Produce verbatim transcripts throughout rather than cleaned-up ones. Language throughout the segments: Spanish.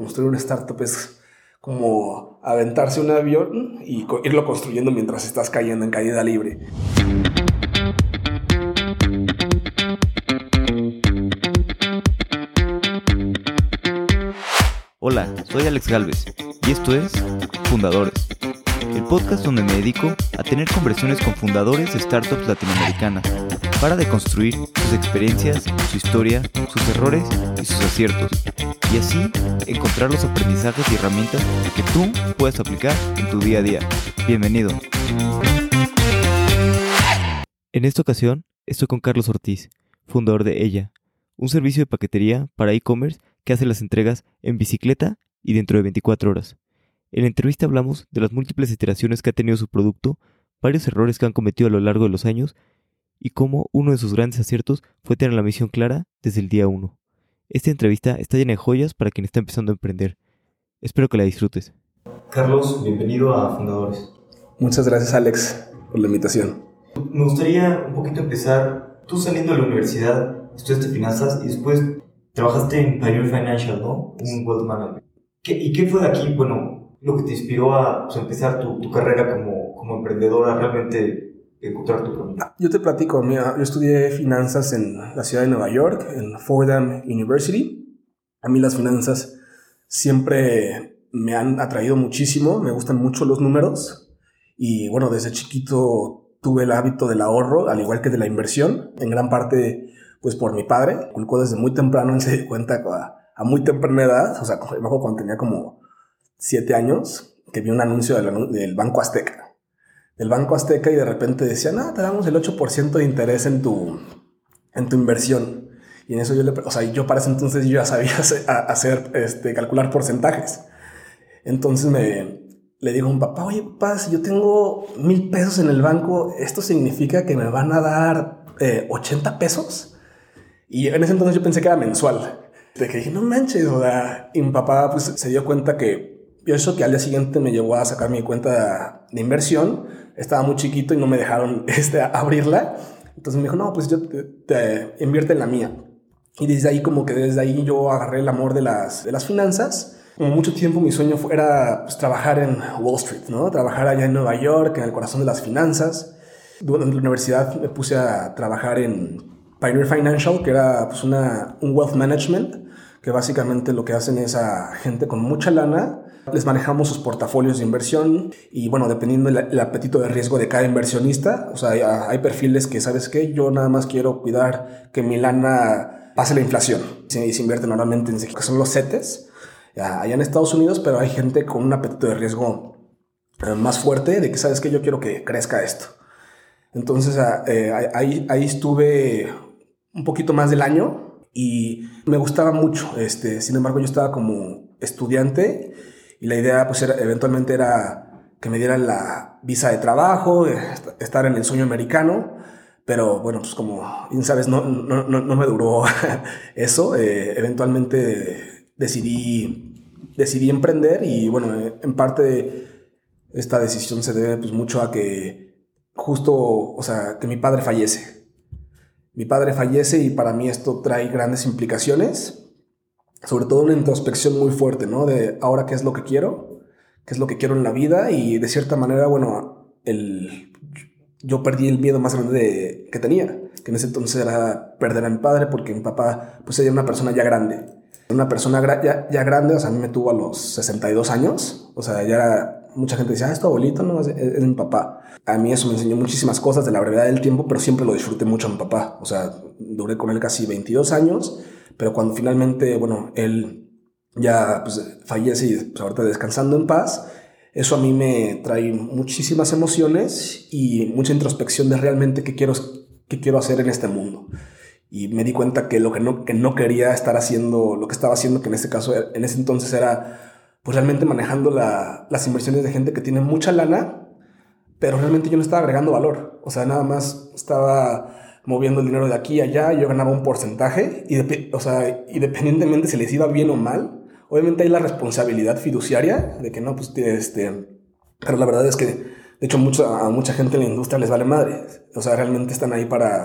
construir una startup es como aventarse un avión y co- irlo construyendo mientras estás cayendo en caída libre. Hola, soy Alex Galvez y esto es Fundadores, el podcast donde me dedico a tener conversaciones con fundadores de startups latinoamericanas para deconstruir sus experiencias, su historia, sus errores y sus aciertos, y así encontrar los aprendizajes y herramientas que tú puedes aplicar en tu día a día. Bienvenido. En esta ocasión estoy con Carlos Ortiz, fundador de Ella, un servicio de paquetería para e-commerce que hace las entregas en bicicleta y dentro de veinticuatro horas. En la entrevista hablamos de las múltiples iteraciones que ha tenido su producto, varios errores que han cometido a lo largo de los años y cómo uno de sus grandes aciertos fue tener la misión clara desde el día uno. Esta entrevista está llena de joyas para quien está empezando a emprender. Espero que la disfrutes. Carlos, bienvenido a Fundadores. Muchas gracias, Alex, por la invitación. Me gustaría un poquito empezar, tú saliendo de la universidad, estudiaste finanzas y después trabajaste en Pioneer Financial, ¿no? Un wealth manager. ¿Qué, ¿Y qué fue de aquí, bueno, lo que te inspiró a pues, empezar tu, tu carrera como, como emprendedora, realmente encontrar tu camino? Yo te platico, mira, yo estudié finanzas en la ciudad de Nueva York, en Fordham University. A mí las finanzas siempre me han atraído muchísimo, me gustan mucho los números y bueno, desde chiquito tuve el hábito del ahorro, al igual que de la inversión, en gran parte pues por mi padre. Culcó desde muy temprano, él se dio cuenta a, a muy temprana edad, o sea, cuando tenía como siete años, que vi un anuncio del, del Banco Azteca. Del Banco Azteca y de repente decía, no, te damos el ocho por ciento de interés en tu, en tu inversión. Y en eso yo le, o sea, yo para ese entonces yo ya sabía hacer, hacer este, calcular porcentajes. Entonces me, le digo a un papá, oye papá, si yo tengo mil pesos en el banco, ¿esto significa que me van a dar eh, ochenta pesos? Y en ese entonces yo pensé que era mensual. De que dije, no manches, o sea, y mi papá pues se dio cuenta que eso que al día siguiente me llevó a sacar mi cuenta de inversión. Estaba muy chiquito y no me dejaron este, abrirla. Entonces me dijo, no, pues yo te, te invierte en la mía. Y desde ahí, como que desde ahí yo agarré el amor de las, de las finanzas. Como mucho tiempo mi sueño fue, era pues, trabajar en Wall Street, ¿no? Trabajar allá en Nueva York, en el corazón de las finanzas. Durante la universidad me puse a trabajar en Pioneer Financial, que era pues, una, un wealth management, que básicamente lo que hacen es a gente con mucha lana, les manejamos sus portafolios de inversión y bueno, dependiendo del el apetito de riesgo de cada inversionista, o sea, hay, hay perfiles que, ¿sabes qué? Yo nada más quiero cuidar que mi lana pase la inflación. Se, se invierte normalmente en que son los CETES, allá en Estados Unidos, pero hay gente con un apetito de riesgo eh, más fuerte de que, ¿sabes qué? Yo quiero que crezca esto. Entonces, eh, ahí, ahí estuve un poquito más del año y me gustaba mucho. Este, sin embargo, yo estaba como estudiante y la idea pues era, eventualmente era que me dieran la visa de trabajo, estar en el sueño americano, pero bueno, pues como bien sabes, no, no, no, no me duró eso. Eh, eventualmente decidí, decidí emprender y bueno, en parte esta decisión se debe pues mucho a que justo, o sea, que mi padre fallece. Mi padre fallece y para mí esto trae grandes implicaciones. Sobre todo una introspección muy fuerte, ¿no? De ahora qué es lo que quiero, qué es lo que quiero en la vida y de cierta manera, bueno, el, yo perdí el miedo más grande de, que tenía, que en ese entonces era perder a mi padre porque mi papá pues era una persona ya grande. Una persona gra- ya, ya grande, o sea, a mí me tuvo a los sesenta y dos años, o sea, ya era, mucha gente decía, ah, es tu abuelito, no, es, es, es mi papá. A mí eso me enseñó muchísimas cosas de la brevedad del tiempo, pero siempre lo disfruté mucho a mi papá, o sea, duré con él casi veintidós años. Pero cuando finalmente, bueno, él ya pues, fallece y pues, ahorita descansando en paz, eso a mí me trae muchísimas emociones y mucha introspección de realmente qué quiero, qué quiero hacer en este mundo. Y me di cuenta que lo que no, que no quería estar haciendo, lo que estaba haciendo, que en este caso, en ese entonces era pues realmente manejando la, las inversiones de gente que tiene mucha lana, pero realmente yo no estaba agregando valor. O sea, nada más estaba moviendo el dinero de aquí a allá, yo ganaba un porcentaje y, de, o sea, independientemente si les iba bien o mal, obviamente hay la responsabilidad fiduciaria de que no, pues, este, pero la verdad es que, de hecho, mucho, a mucha gente en la industria les vale madre. O sea, realmente están ahí para,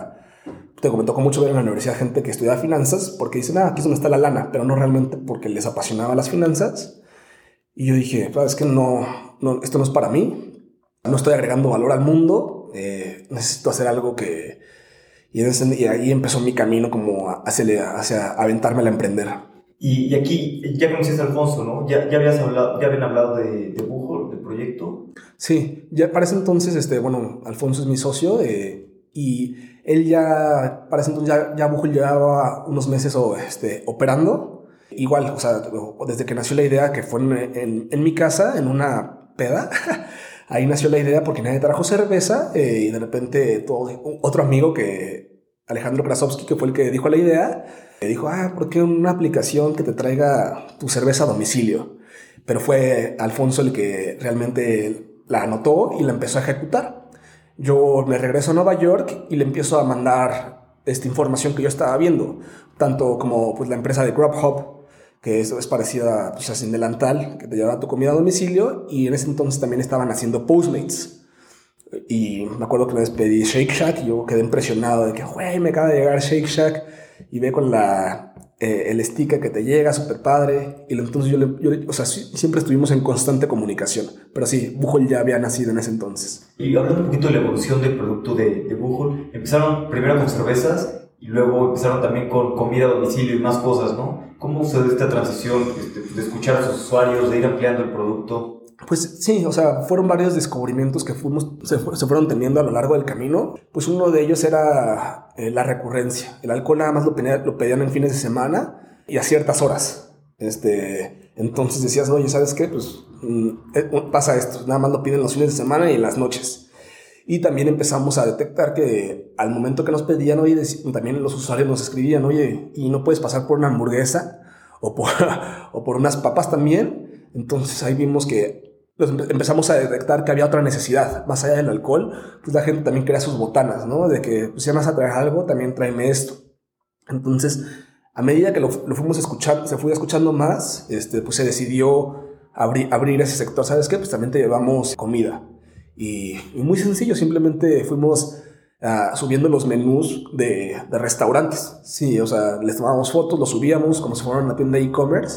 Te me tocó mucho ver en la universidad gente que estudiaba finanzas porque dicen, ah, aquí es donde está la lana, pero no realmente porque les apasionaba las finanzas. Y yo dije, pues, es que no, no, esto no es para mí, no estoy agregando valor al mundo, eh, necesito hacer algo que... Y, ese, y ahí empezó mi camino como hacia, hacia aventármela a emprender. Y, y aquí ya conocías a Alfonso, ¿no? Ya, ya, habías hablado, ya habían hablado de, de Bujol, del proyecto. Sí, ya para ese entonces, este, bueno, Alfonso es mi socio eh, y él ya, para ese entonces ya, ya Bujol llevaba unos meses o, este, operando. Igual, o sea, desde que nació la idea, que fue en, en, en mi casa, en una peda, ahí nació la idea porque nadie trajo cerveza eh, y de repente todo, otro amigo que, Alejandro Krasovsky, que fue el que dijo la idea, le dijo, ah, ¿por qué una aplicación que te traiga tu cerveza a domicilio? Pero fue Alfonso el que realmente la anotó y la empezó a ejecutar. Yo me regreso a Nueva York y le empiezo a mandar esta información que yo estaba viendo, tanto como pues, la empresa de Grubhub, que es, es parecida pues, a Sin Delantal, que te llevaba tu comida a domicilio, y en ese entonces también estaban haciendo Postmates. Y me acuerdo que me despedí Shake Shack y yo quedé impresionado de que, güey, me acaba de llegar Shake Shack y ve con la, eh, el sticker que te llega, súper padre. Y entonces yo, le, yo o sea, sí, siempre estuvimos en constante comunicación. Pero sí, Bujol ya había nacido en ese entonces. Y hablando un poquito de la evolución del producto de, de Bujol, empezaron primero con cervezas y luego empezaron también con comida a domicilio y más cosas, ¿no? ¿Cómo se dio esta transición este, de escuchar a sus usuarios, de ir ampliando el producto? Pues sí, o sea, fueron varios descubrimientos que fuimos, se, se fueron teniendo a lo largo del camino. Pues uno de ellos era eh, la recurrencia. El alcohol nada más lo, pedía, lo pedían en fines de semana y a ciertas horas. Este, entonces decías, oye, ¿sabes qué? Pues mm, pasa esto, nada más lo piden los fines de semana y en las noches. Y también empezamos a detectar que al momento que nos pedían, oye, también los usuarios nos escribían, oye, ¿y no puedes pasar por una hamburguesa o por, o por unas papas también? Entonces ahí vimos que pues empezamos a detectar que había otra necesidad, más allá del alcohol, pues la gente también quería sus botanas, ¿no? De que, pues si vas a traer algo, también tráeme esto. Entonces, a medida que lo, lo fuimos escuchando, se fue escuchando más, este, pues se decidió abrir, abrir ese sector. ¿Sabes qué? Pues también te llevamos comida. Y, y muy sencillo, simplemente fuimos uh, subiendo los menús de, de restaurantes. Sí, o sea, les tomábamos fotos, los subíamos como si fuera una tienda de e-commerce.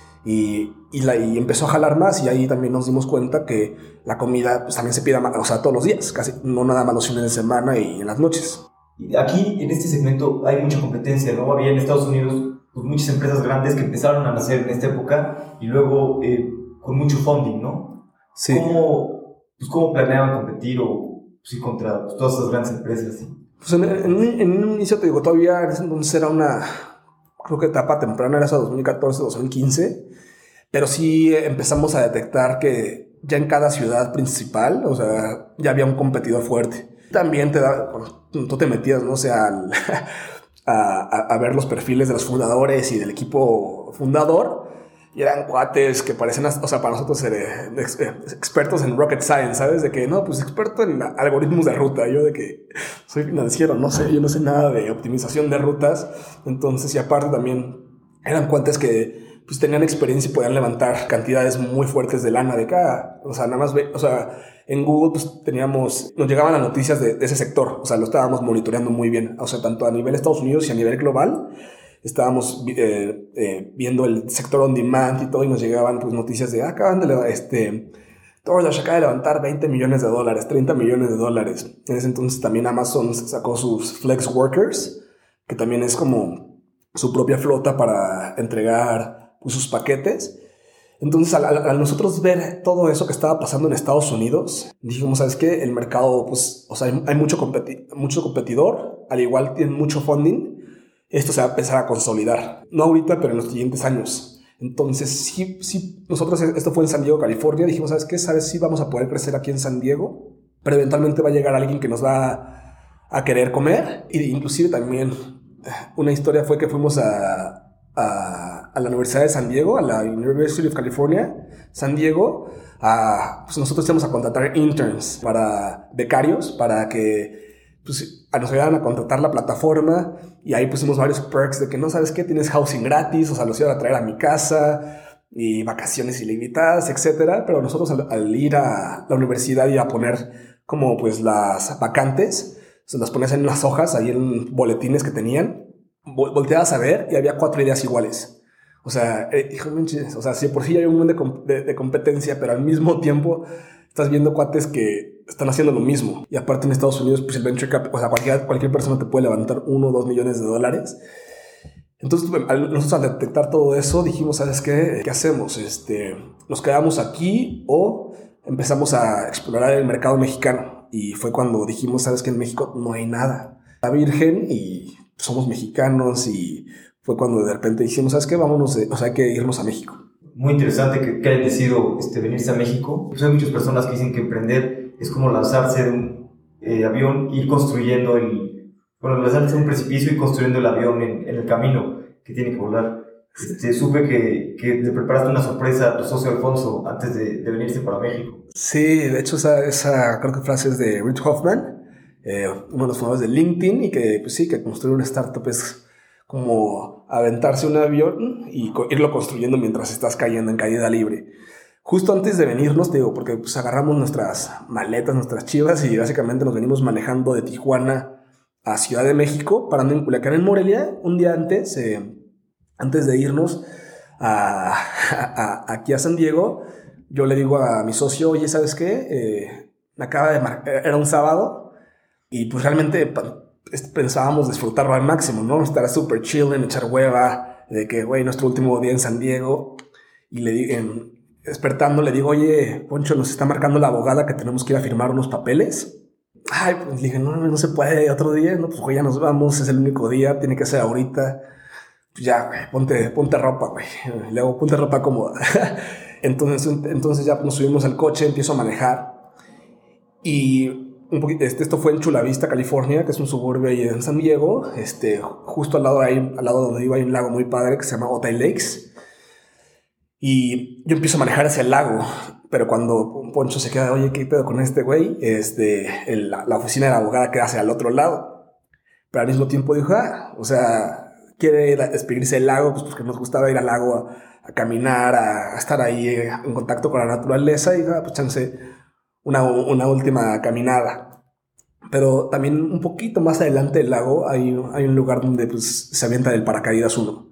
Y, y, la, y empezó a jalar más y ahí también nos dimos cuenta que la comida pues, también se pide, o sea, todos los días, casi no nada más los fines de semana y en las noches. Aquí en este segmento hay mucha competencia, ¿no? Había en Estados Unidos pues, muchas empresas grandes que empezaron a nacer en esta época y luego eh, con mucho funding, ¿no? Sí. ¿Cómo, pues, ¿Cómo planeaban competir o sí, contra pues, todas esas grandes empresas? ¿Sí? Pues en, en, en un inicio, te digo, todavía en ese entonces era una, creo que etapa temprana, era esa dos mil catorce, dos mil quince, pero sí empezamos a detectar que ya en cada ciudad principal, o sea, ya había un competidor fuerte. También te da, bueno, tú te metías, ¿no? O sea, al, a, a, a ver los perfiles de los fundadores y del equipo fundador, y eran cuates que parecen, o sea, para nosotros eh, ex, eh, expertos en rocket science, ¿sabes? De que, no, pues experto en algoritmos de ruta. Yo de que soy financiero, no sé, yo no sé nada de optimización de rutas. Entonces, y aparte también eran cuates que pues tenían experiencia y podían levantar cantidades muy fuertes de lana de acá. O sea, nada más, ve, o sea, en Google pues teníamos, nos llegaban las noticias de, de ese sector. O sea, lo estábamos monitoreando muy bien. O sea, tanto a nivel Estados Unidos y a nivel global. Estábamos eh, eh, viendo el sector on demand y todo y nos llegaban pues noticias de ah, acaban de levantar, este, DoorDash acaba de levantar veinte millones de dólares, treinta millones de dólares. En ese entonces también Amazon sacó sus Flex Workers, que también es como su propia flota para entregar pues, sus paquetes. Entonces, al, al, al nosotros ver todo eso que estaba pasando en Estados Unidos, dijimos, ¿sabes qué? El mercado, pues, o sea, hay, hay mucho, competi- mucho competidor, al igual tienen mucho funding. Esto se va a empezar a consolidar. No ahorita, pero en los siguientes años. Entonces, sí, sí, nosotros, esto fue en San Diego, California, dijimos, ¿sabes qué? ¿Sabes si vamos a poder crecer aquí en San Diego? Pero eventualmente va a llegar alguien que nos va a querer comer. Y inclusive también una historia fue que fuimos a, a, a la Universidad de San Diego, a la University of California, San Diego. A, pues nosotros íbamos a contratar interns, para becarios, para que pues, nos ayudaran a contratar la plataforma. Y ahí pusimos varios perks de que no sabes qué, tienes housing gratis, o sea, los iban a traer a mi casa y vacaciones ilimitadas, etcétera. Pero nosotros al, al ir a la universidad y a poner como pues las vacantes, se las ponías en unas hojas, ahí en boletines que tenían, vol- volteabas a ver y había cuatro ideas iguales. O sea, eh, hijo, manches, o sea, sí, por sí hay un mundo de, com- de, de competencia, pero al mismo tiempo estás viendo cuates que están haciendo lo mismo. Y aparte en Estados Unidos, pues el venture capital, o sea, cualquier, cualquier persona te puede levantar uno o dos millones de dólares. Entonces, al- nosotros al detectar todo eso, dijimos, ¿sabes qué? ¿Qué hacemos? Este, ¿nos quedamos aquí o empezamos a explorar el mercado mexicano? Y fue cuando dijimos, ¿sabes qué? En México no hay nada. La virgen y somos mexicanos y fue cuando de repente dijimos, ¿sabes qué? Vámonos, de, o sea, hay que irnos a México. Muy interesante que, que hayan decidido este, venirse a México. Pues hay muchas personas que dicen que emprender es como lanzarse de un eh, avión, ir construyendo el... Bueno, lanzarse de un precipicio y construyendo el avión en, en el camino que tiene que volar. Este, supe que, que le preparaste una sorpresa a tu socio Alfonso antes de, de venirse para México. Sí, de hecho esa, esa creo que frase es de Reid Hoffman, eh, uno de los fundadores de LinkedIn, y que pues sí, que construir una startup es como aventarse un avión y co- irlo construyendo mientras estás cayendo en caída libre. Justo antes de venirnos, te digo, porque pues agarramos nuestras maletas, nuestras chivas y básicamente nos venimos manejando de Tijuana a Ciudad de México, parando en Culiacán, en Morelia, un día antes, eh, antes de irnos a, a- a- aquí a San Diego. Yo le digo a mi socio, oye, ¿sabes qué? Eh, me acaba de mar- era un sábado y pues realmente pa- es- pensábamos disfrutarlo al máximo, ¿no? Estar súper chill, en echar hueva, de que, güey, nuestro último día en San Diego. Y le di, en- despertando le digo, oye, Poncho, nos está marcando la abogada que tenemos que ir a firmar unos papeles. Ay, pues le dije, no, no se puede, otro día, no, pues güey, ya nos vamos, es el único día, tiene que ser ahorita. Pues ya, güey, ponte, ponte ropa, güey. Luego, ponte ropa cómoda. entonces, entonces ya nos subimos al coche, empiezo a manejar. Y un poquito, este, esto fue en Chula Vista, California, que es un suburbio ahí en San Diego. Este, justo al lado de ahí, al lado donde iba, hay un lago muy padre que se llama Otay Lakes. Y yo empiezo a manejar hacia el lago. Pero cuando Poncho se queda, oye, ¿qué pedo con este güey? Este, el, la, la oficina de la abogada queda hacia el otro lado. Pero al mismo tiempo dijo, ah, o sea, quiere ir a despedirse del lago, pues porque nos gustaba ir al lago a, a caminar, a, a estar ahí eh, en contacto con la naturaleza y ah, pues chance una, una última caminada. Pero también un poquito más adelante del lago hay, hay un lugar donde pues, se avienta del paracaídas uno.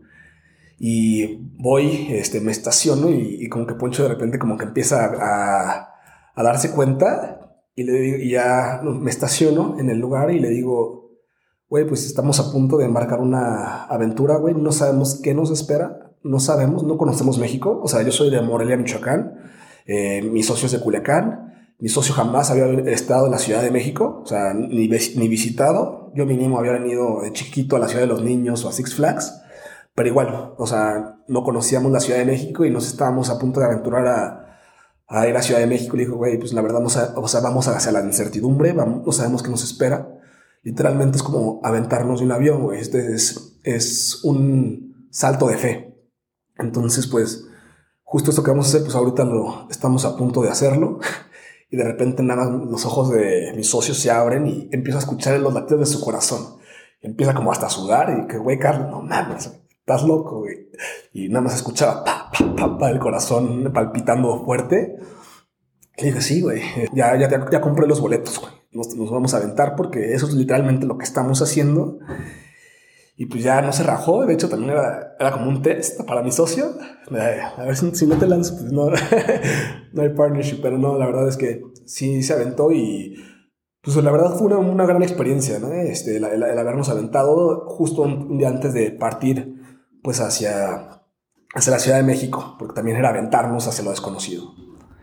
Y voy, este, me estaciono y, y como que Poncho de repente como que empieza a, a darse cuenta y, le digo, y ya me estaciono en el lugar y le digo, güey, pues estamos a punto de embarcar una aventura, güey, no sabemos qué nos espera, no sabemos, no conocemos México, o sea, yo soy de Morelia, Michoacán, eh, mi socio es de Culiacán, mi socio jamás había estado en la Ciudad de México, o sea, ni, ni visitado, yo mínimo había venido de chiquito a la Ciudad de los Niños o a Six Flags, pero igual, o sea, no conocíamos la Ciudad de México y nos estábamos a punto de aventurar a, a ir a Ciudad de México. Le dijo, güey, pues la verdad, no sabe, o sea, vamos hacia la incertidumbre, vamos, no sabemos qué nos espera. Literalmente es como aventarnos de un avión, güey. Este es, es un salto de fe. Entonces, pues, justo esto que vamos a hacer, pues ahorita lo estamos a punto de hacerlo. Y de repente nada más los ojos de mis socios se abren y empiezo a escuchar los latidos de su corazón. Y empieza como hasta a sudar y que, güey, Carlos, no mames, estás loco, güey. Y nada más escuchaba pa, pa, pa, pa, el corazón palpitando fuerte. Y dije, sí, güey, ya, ya, ya compré los boletos, güey. Nos, nos vamos a aventar porque eso es literalmente lo que estamos haciendo. Y pues ya no se rajó. De hecho, también era, era como un test para mi socio. A ver si, si no te lanzo, pues no, no hay partnership. Pero no, la verdad es que sí se aventó y pues la verdad fue una, una gran experiencia, ¿no? Este, el, el, el habernos aventado justo un, un día antes de partir pues hacia, hacia la Ciudad de México, porque también era aventarnos hacia lo desconocido.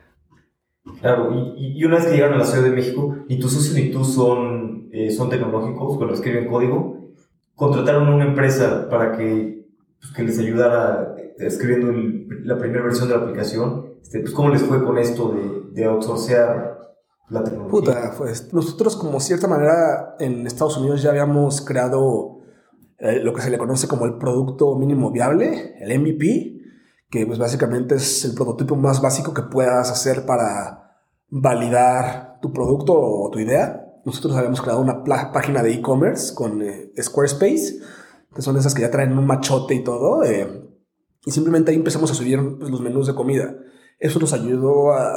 Claro, y, y una vez que llegaron a la Ciudad de México, ni tu socio ni tú son, eh, son tecnológicos, bueno, escriben código, contrataron a una empresa para que, pues, que les ayudara escribiendo el, la primera versión de la aplicación. Este, pues, ¿cómo les fue con esto de, de outsourcear la tecnología? Puta, pues nosotros como cierta manera en Estados Unidos ya habíamos creado eh, lo que se le conoce como el producto mínimo viable, el M V P, que pues básicamente es el prototipo más básico que puedas hacer para validar tu producto o tu idea. Nosotros habíamos creado una pla- página de e-commerce con eh, Squarespace, que son esas que ya traen un machote y todo, eh, y simplemente ahí empezamos a subir pues, los menús de comida. Eso nos ayudó a,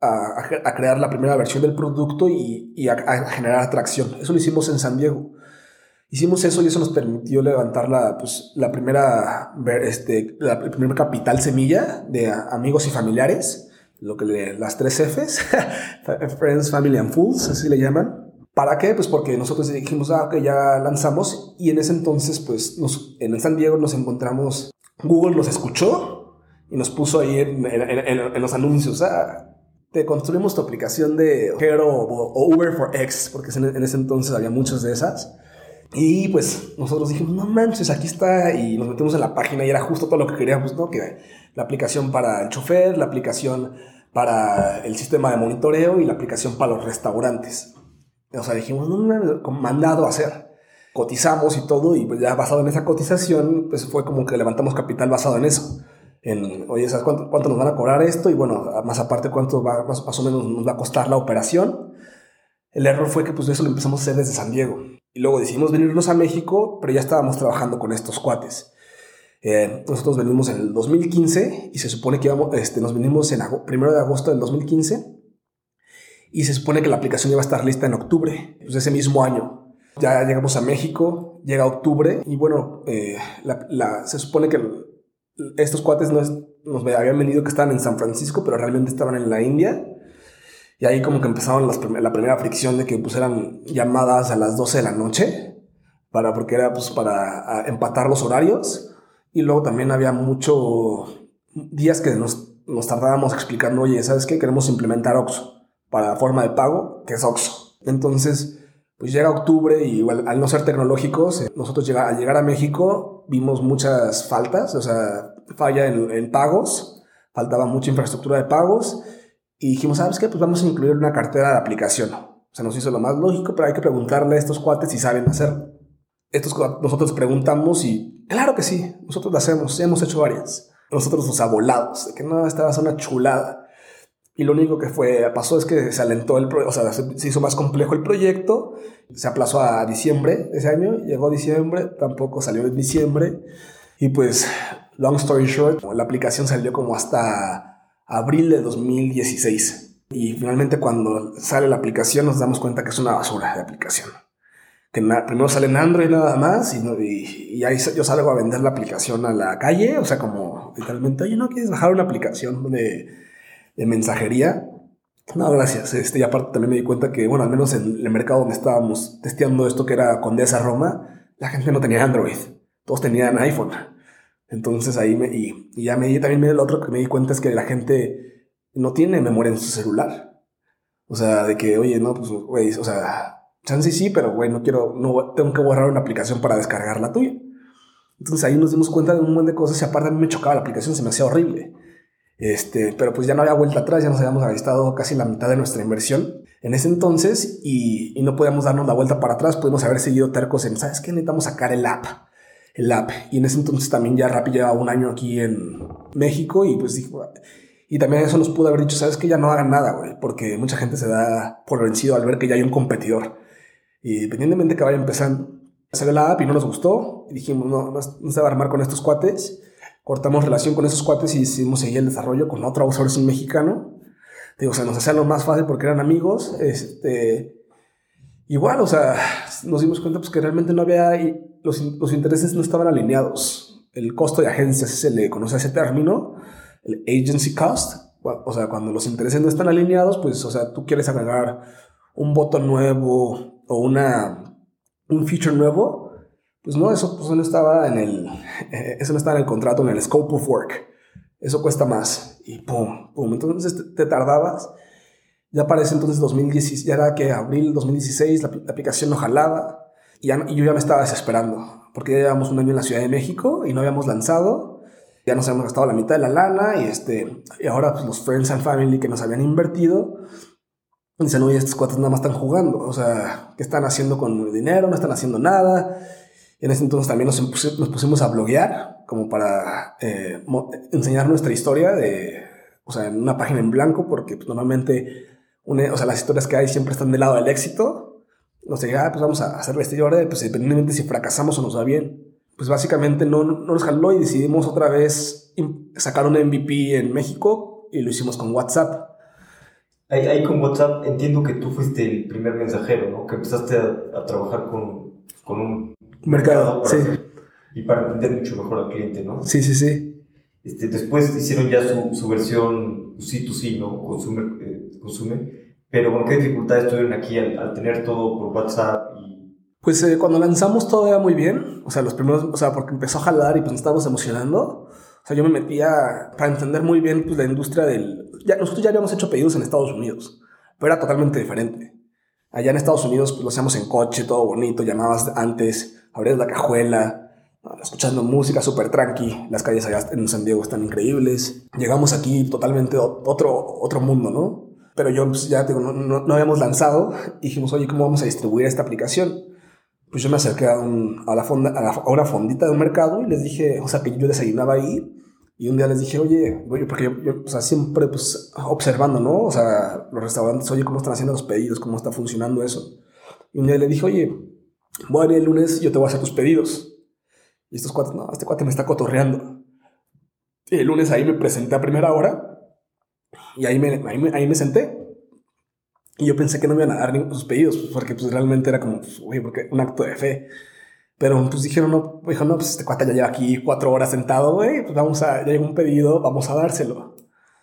a, a crear la primera versión del producto y, y a, a generar atracción. Eso lo hicimos en San Diego. Hicimos eso y eso nos permitió levantar la, pues, la primera, este, la, el primer capital semilla de amigos y familiares, lo que le, las tres Fs, Friends, Family and Fools, así le llaman. ¿Para qué? Pues porque nosotros dijimos, ah, ok, ya lanzamos, y en ese entonces, pues, nos, en San Diego nos encontramos, Google nos escuchó y nos puso ahí en, en, en, en los anuncios, ah, te construimos tu aplicación de Hero o, o Uber for X, porque en, en ese entonces había muchas de esas. Y pues nosotros dijimos, no manches, aquí está, y nos metimos en la página y era justo todo lo que queríamos, ¿no? Que la aplicación para el chofer, la aplicación para el sistema de monitoreo y la aplicación para los restaurantes. O sea, dijimos, no, no, mandado a hacer. Cotizamos y todo, y pues ya basado en esa cotización, pues fue como que levantamos capital basado en eso. En, oye, ¿sabes cuánto, cuánto nos van a cobrar esto? Y bueno, más aparte, cuánto va, más, más o menos nos va a costar la operación. El error fue que pues eso lo empezamos a hacer desde San Diego. Y luego decidimos venirnos a México, pero ya estábamos trabajando con estos cuates. Eh, nosotros venimos en el dos mil quince y se supone que íbamos, este, nos venimos en primero de agosto del dos mil quince y se supone que la aplicación iba a estar lista en octubre, pues ese mismo año. Ya llegamos a México, llega octubre y bueno, eh, la, la, se supone que estos cuates nos, nos habían venido que estaban en San Francisco, pero realmente estaban en la India. Y ahí como que empezaron las, la primera fricción de que pues eran llamadas a las doce de la noche, para, porque era pues para empatar los horarios. Y luego también había muchos días que nos, nos tardábamos explicando, oye, ¿sabes qué? Queremos implementar Oxxo para forma de pago, que es Oxxo. Entonces, pues llega octubre y igual, al no ser tecnológicos, nosotros llega, al llegar a México vimos muchas faltas, o sea, falla en, en pagos, faltaba mucha infraestructura de pagos. Y dijimos, ¿sabes qué? Pues vamos a incluir una cartera de aplicación. O sea, nos hizo lo más lógico, pero hay que preguntarle a estos cuates si saben hacer. Estos, nosotros preguntamos y, claro que sí, nosotros lo hacemos, ya hemos hecho varias. Nosotros nos abolados, de que no, esta va a ser una chulada. Y lo único que fue, pasó es que se alentó el proyecto, o sea, se, se hizo más complejo el proyecto, se aplazó a diciembre de ese año, llegó diciembre, tampoco salió en diciembre. Y pues, long story short, la aplicación salió como hasta abril de dos mil dieciséis. Y finalmente cuando sale la aplicación nos damos cuenta que es una basura de aplicación. Que na- primero sale en Android nada más y, no, y, y ahí yo salgo a vender la aplicación a la calle. O sea, como literalmente, oye, ¿no quieres bajar una aplicación de, de mensajería? No, gracias. Este, y aparte también me di cuenta que, bueno, al menos en el mercado donde estábamos testeando esto, que era Condesa Roma, la gente no tenía Android. Todos tenían iPhone. Entonces ahí me, y, y ya me di también el otro que me di cuenta es que la gente no tiene memoria en su celular. O sea, de que, oye, no, pues, güey, o sea, chance sí, pero, güey, no quiero, no, tengo que borrar una aplicación para descargar la tuya. Entonces ahí nos dimos cuenta de un montón de cosas y aparte a mí me chocaba la aplicación, se me hacía horrible. Este, pero pues ya no había vuelta atrás, ya nos habíamos gastado casi la mitad de nuestra inversión en ese entonces y, y no podíamos darnos la vuelta para atrás, pudimos haber seguido tercos en, ¿sabes qué? Necesitamos sacar el app. el app. Y en ese entonces también ya Rappi llevaba un año aquí en México y pues dijo, y también eso nos pudo haber dicho, ¿sabes qué? Ya no hagan nada, güey, porque mucha gente se da por vencido al ver que ya hay un competidor. Y independientemente que vaya empezando, salió la app y no nos gustó y dijimos, no, no, no se va a armar con estos cuates. Cortamos relación con esos cuates y decidimos seguir el desarrollo con otro outsourcing mexicano. Digo, o sea, nos hacía lo más fácil porque eran amigos. Este, igual, o sea, nos dimos cuenta pues, que realmente no había... Los, los intereses no estaban alineados. El costo de agencia, así se le conoce a ese término, el agency cost. O sea, cuando los intereses no están alineados, pues, o sea, tú quieres agregar un botón nuevo o una, un feature nuevo, pues no, eso pues, no estaba en el, eh, eso no estaba en el contrato, en el scope of work. Eso cuesta más. Y pum, pum. Entonces te, te tardabas. Ya para ese entonces, dos mil dieciséis, ya era que abril dos mil dieciséis, la, la aplicación no jalaba. Y, ya, y yo ya me estaba desesperando, porque ya llevamos un año en la Ciudad de México y no habíamos lanzado. Ya nos habíamos gastado la mitad de la lana y, este, y ahora pues, los friends and family que nos habían invertido dicen, oye, estos cuates nada más están jugando. O sea, ¿qué están haciendo con el dinero? No están haciendo nada. Y en ese entonces también nos, impus- nos pusimos a bloguear como para eh, mo- enseñar nuestra historia de, o sea, en una página en blanco, porque pues, normalmente una, o sea, las historias que hay siempre están del lado del éxito. Nos diga, ah, pues vamos a hacer la historia, pues independientemente si fracasamos o nos va bien. Pues básicamente no, no nos jaló y decidimos otra vez sacar un M V P en México y lo hicimos con WhatsApp. Ahí, ahí con WhatsApp entiendo que tú fuiste el primer mensajero, ¿no? Que empezaste a, a trabajar con, con un Mercado, para sí. hacer- y para entender mucho mejor al cliente, ¿no? Sí, sí, sí. Este, después hicieron ya su, su versión C dos C, ¿no? Consumer, eh, consume. Pero bueno, ¿qué dificultades tuvieron aquí al, al tener todo por WhatsApp? Y... Pues eh, cuando lanzamos todo iba muy bien. O sea, los primeros, o sea, porque empezó a jalar y pues nos estábamos emocionando. O sea, yo me metía para entender muy bien pues la industria del... Ya, nosotros ya habíamos hecho pedidos en Estados Unidos, pero era totalmente diferente. Allá en Estados Unidos pues lo hacíamos en coche, todo bonito, llamabas antes, abrías la cajuela, escuchando música súper tranqui. Las calles allá en San Diego están increíbles. Llegamos aquí totalmente otro, otro mundo, ¿no? Pero yo pues, ya digo, no, no, no habíamos lanzado y dijimos, oye, ¿cómo vamos a distribuir esta aplicación? Pues yo me acerqué a, un, a, la fonda, a, la, a una fondita de un mercado y les dije, o sea, que yo desayunaba ahí. Y un día les dije, oye, oye porque yo, yo o sea, siempre pues, observando, ¿no? O sea, los restaurantes, oye, cómo están haciendo los pedidos, cómo está funcionando eso. Y un día le dije, oye, voy a venir el lunes y yo te voy a hacer tus pedidos. Y estos cuates, no, este cuate me está cotorreando. Y el lunes ahí me presenté a primera hora y ahí me, ahí me, ahí me senté. Y yo pensé que no me iban a dar ningún sus pedidos, porque pues realmente era como, pues, oye, porque un acto de fe. Pero pues dijeron, no, dijo, no, pues este cuate ya lleva aquí cuatro horas sentado, güey, pues vamos a, ya llegó un pedido, vamos a dárselo.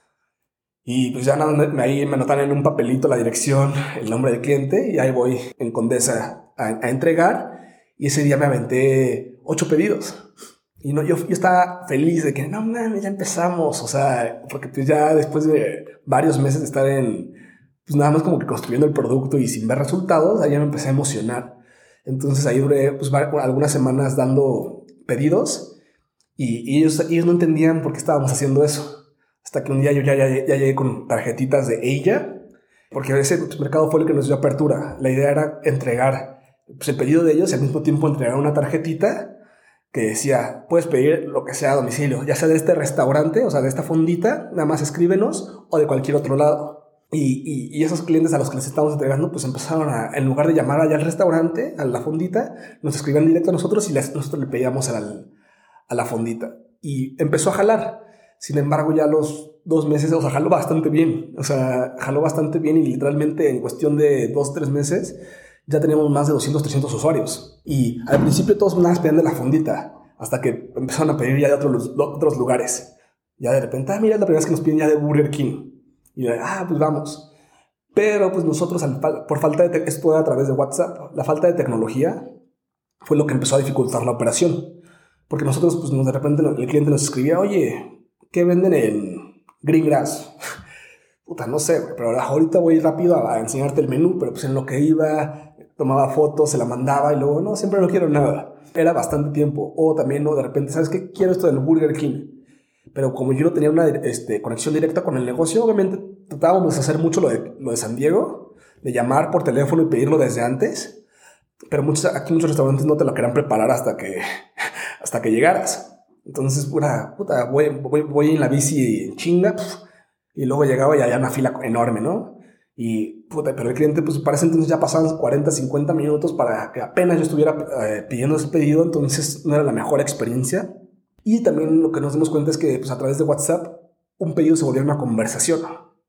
Y pues ya nada, me, ahí me anotan en un papelito la dirección, el nombre del cliente, y ahí voy en Condesa a, a entregar. Y ese día me aventé ocho pedidos. Y no, yo, yo estaba feliz de que, no mames, ya empezamos. O sea, porque pues ya después de varios meses de estar en, pues nada más como que construyendo el producto y sin ver resultados, ahí ya me empecé a emocionar. Entonces ahí duré pues, algunas semanas dando pedidos y, y ellos, ellos no entendían por qué estábamos haciendo eso. Hasta que un día yo ya, ya, ya llegué con tarjetitas de ella, porque ese mercado fue el que nos dio apertura. La idea era entregar pues, el pedido de ellos y al mismo tiempo entregar una tarjetita que decía, puedes pedir lo que sea a domicilio, ya sea de este restaurante, o sea, de esta fondita, nada más escríbenos, o de cualquier otro lado. Y, y, y esos clientes a los que les estábamos entregando, pues empezaron a, en lugar de llamar allá al restaurante, a la fondita, nos escribían directo a nosotros y les, nosotros le pedíamos al, a la fondita. Y empezó a jalar. Sin embargo, ya los dos meses, o sea, jaló bastante bien. O sea, jaló bastante bien y literalmente en cuestión de dos, tres meses ya teníamos más de doscientos, trescientos usuarios. Y al principio todos nada más pedían de la fondita, hasta que empezaron a pedir ya de otros, otros lugares. Ya de repente, ah, mira, es la primera vez que nos piden ya de Burger King. Y de, ah, pues vamos. Pero pues nosotros, por falta de, te- esto era a través de WhatsApp, la falta de tecnología fue lo que empezó a dificultar la operación. Porque nosotros, pues de repente el cliente nos escribía, oye, ¿qué venden en Greengrass? Puta, no sé, güey, pero ahorita voy rápido a, a enseñarte el menú, pero pues en lo que iba, tomaba fotos, se la mandaba y luego, no, siempre no quiero nada. Era bastante tiempo. O también, no, de repente, ¿sabes qué? Quiero esto del Burger King. Pero como yo no tenía una este, conexión directa con el negocio, obviamente tratábamos de hacer mucho lo de, lo de San Diego, de llamar por teléfono y pedirlo desde antes. Pero muchos, aquí muchos restaurantes no te lo querían preparar hasta que, hasta que llegaras. Entonces, pura, puta, voy, voy, voy en la bici en chinga, pf, y luego llegaba y había una fila enorme, ¿no? Y, puta, pero el cliente, pues para ese entonces ya pasaban cuarenta, cincuenta minutos para que apenas yo estuviera eh, pidiendo ese pedido, entonces no era la mejor experiencia. Y también lo que nos dimos cuenta es que pues, a través de WhatsApp un pedido se volvió una conversación.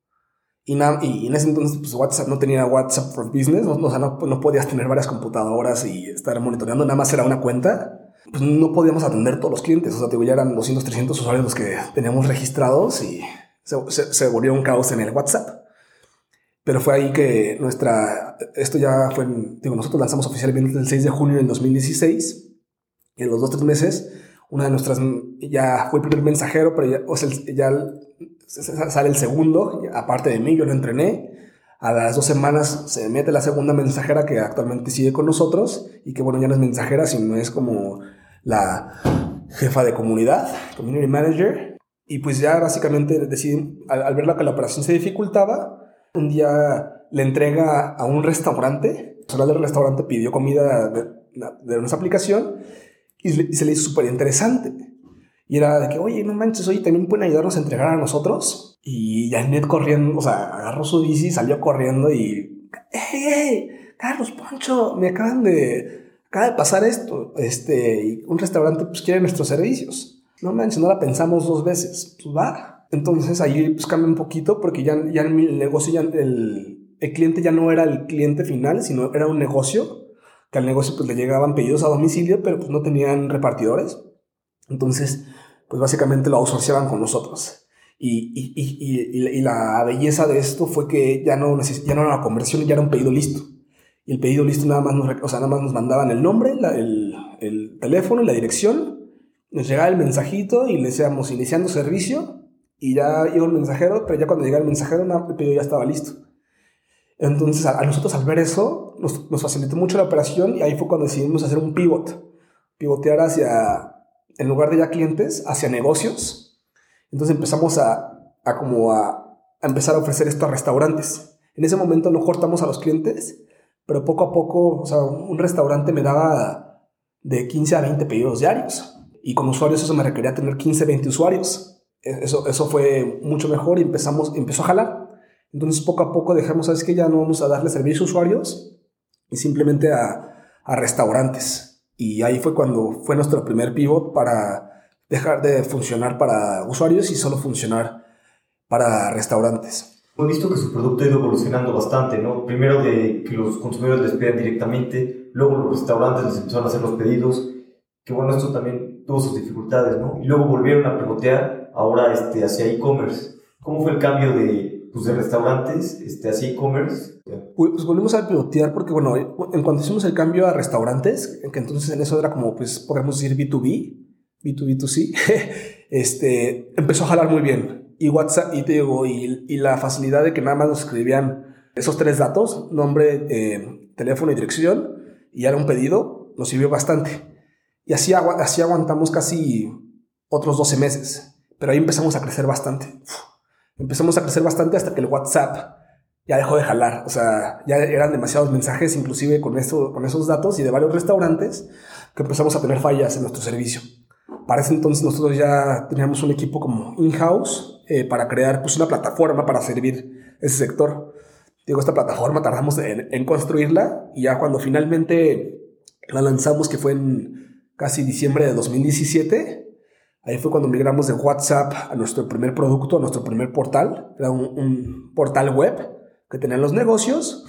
Y, na- y en ese entonces pues, WhatsApp no tenía WhatsApp for Business, no, o sea, no, no podías tener varias computadoras y estar monitoreando, nada más era una cuenta. Pues no podíamos atender todos los clientes, o sea, digo, ya eran doscientos, trescientos usuarios los que teníamos registrados y se, se, se volvió un caos en el WhatsApp. Pero fue ahí que nuestra, esto ya fue, en, digo, nosotros lanzamos oficialmente el seis de junio del dos mil dieciséis y en los dos, tres meses una de nuestras, ya fue el primer mensajero, pero ya, o sea, ya sale el segundo, aparte de mí, yo lo entrené. A las dos semanas se mete la segunda mensajera que actualmente sigue con nosotros y que bueno, ya no es mensajera, sino es como la jefa de comunidad, community manager. Y pues ya básicamente decidí, al, al ver que la operación se dificultaba, un día le entrega a un restaurante, el personal del restaurante pidió comida de, de nuestra aplicación y se le hizo súper interesante. Y era de que, oye, no manches, oye, también pueden ayudarnos a entregar a nosotros. Y Janet corriendo, o sea, agarró su bici, salió corriendo y... ¡Hey, hey! Carlos, Poncho, me acaban de... Acaba de pasar esto. Este, y un restaurante pues quiere nuestros servicios. No manches, no la pensamos dos veces. Pues va. Entonces ahí pues cambia un poquito porque ya, ya el negocio, ya el, el cliente ya no era el cliente final, sino era un negocio, que al negocio pues le llegaban pedidos a domicilio, pero pues no tenían repartidores. Entonces pues básicamente lo outsourceaban con nosotros. Y, y, y, y, y la belleza de esto fue que ya no, neces- ya no era una conversión, ya era un pedido listo. Y el pedido listo nada más nos, o sea, nada más nos mandaban el nombre, la, el, el teléfono y la dirección. Nos llegaba el mensajito y le decíamos iniciando servicio y ya iba el mensajero, pero ya cuando llegaba el mensajero el pedido ya estaba listo. Entonces a, a nosotros al ver eso nos, nos facilitó mucho la operación y ahí fue cuando decidimos hacer un pivot. Pivotear hacia, en lugar de ya clientes, hacia negocios. Entonces empezamos a, a, como a, a empezar a ofrecer esto a restaurantes. En ese momento no cortamos a los clientes, pero poco a poco, o sea, un restaurante me daba de quince a veinte pedidos diarios. Y con usuarios eso me requería tener quince, veinte usuarios. Eso, eso fue mucho mejor y empezamos, empezó a jalar. Entonces poco a poco dejamos, ¿sabes qué? Ya no vamos a darle servicio a usuarios y simplemente a, a restaurantes. Y ahí fue cuando fue nuestro primer pivot para dejar de funcionar para usuarios y solo funcionar para restaurantes. He visto que su producto ha ido evolucionando bastante, ¿no? Primero de que los consumidores les pidan directamente, luego los restaurantes les empezaron a hacer los pedidos, que bueno, esto también tuvo sus dificultades, ¿no? Y luego volvieron a pivotear ahora este, hacia e-commerce. ¿Cómo fue el cambio de, pues, de restaurantes este, hacia e-commerce? Pues volvimos a pivotear porque, bueno, en cuanto hicimos el cambio a restaurantes, que entonces en eso era como, pues, podemos decir B dos B, B dos B dos C, este, empezó a jalar muy bien. Y WhatsApp, y te digo, y, y la facilidad de que nada más nos escribían esos tres datos, nombre, eh, teléfono y dirección, y ya era un pedido, nos sirvió bastante. Y así, agu- así aguantamos casi otros doce meses. Pero ahí empezamos a crecer bastante. Uf. Empezamos a crecer bastante hasta que el WhatsApp ya dejó de jalar. O sea, ya eran demasiados mensajes, inclusive con, esto, con esos datos y de varios restaurantes, que empezamos a tener fallas en nuestro servicio. Para ese entonces nosotros ya teníamos un equipo como in-house eh, para crear pues, una plataforma para servir ese sector. Digo, esta plataforma tardamos en, en construirla y ya cuando finalmente la lanzamos, que fue en casi diciembre de dos mil diecisiete, ahí fue cuando migramos de WhatsApp a nuestro primer producto, a nuestro primer portal. Era un, un portal web que tenían los negocios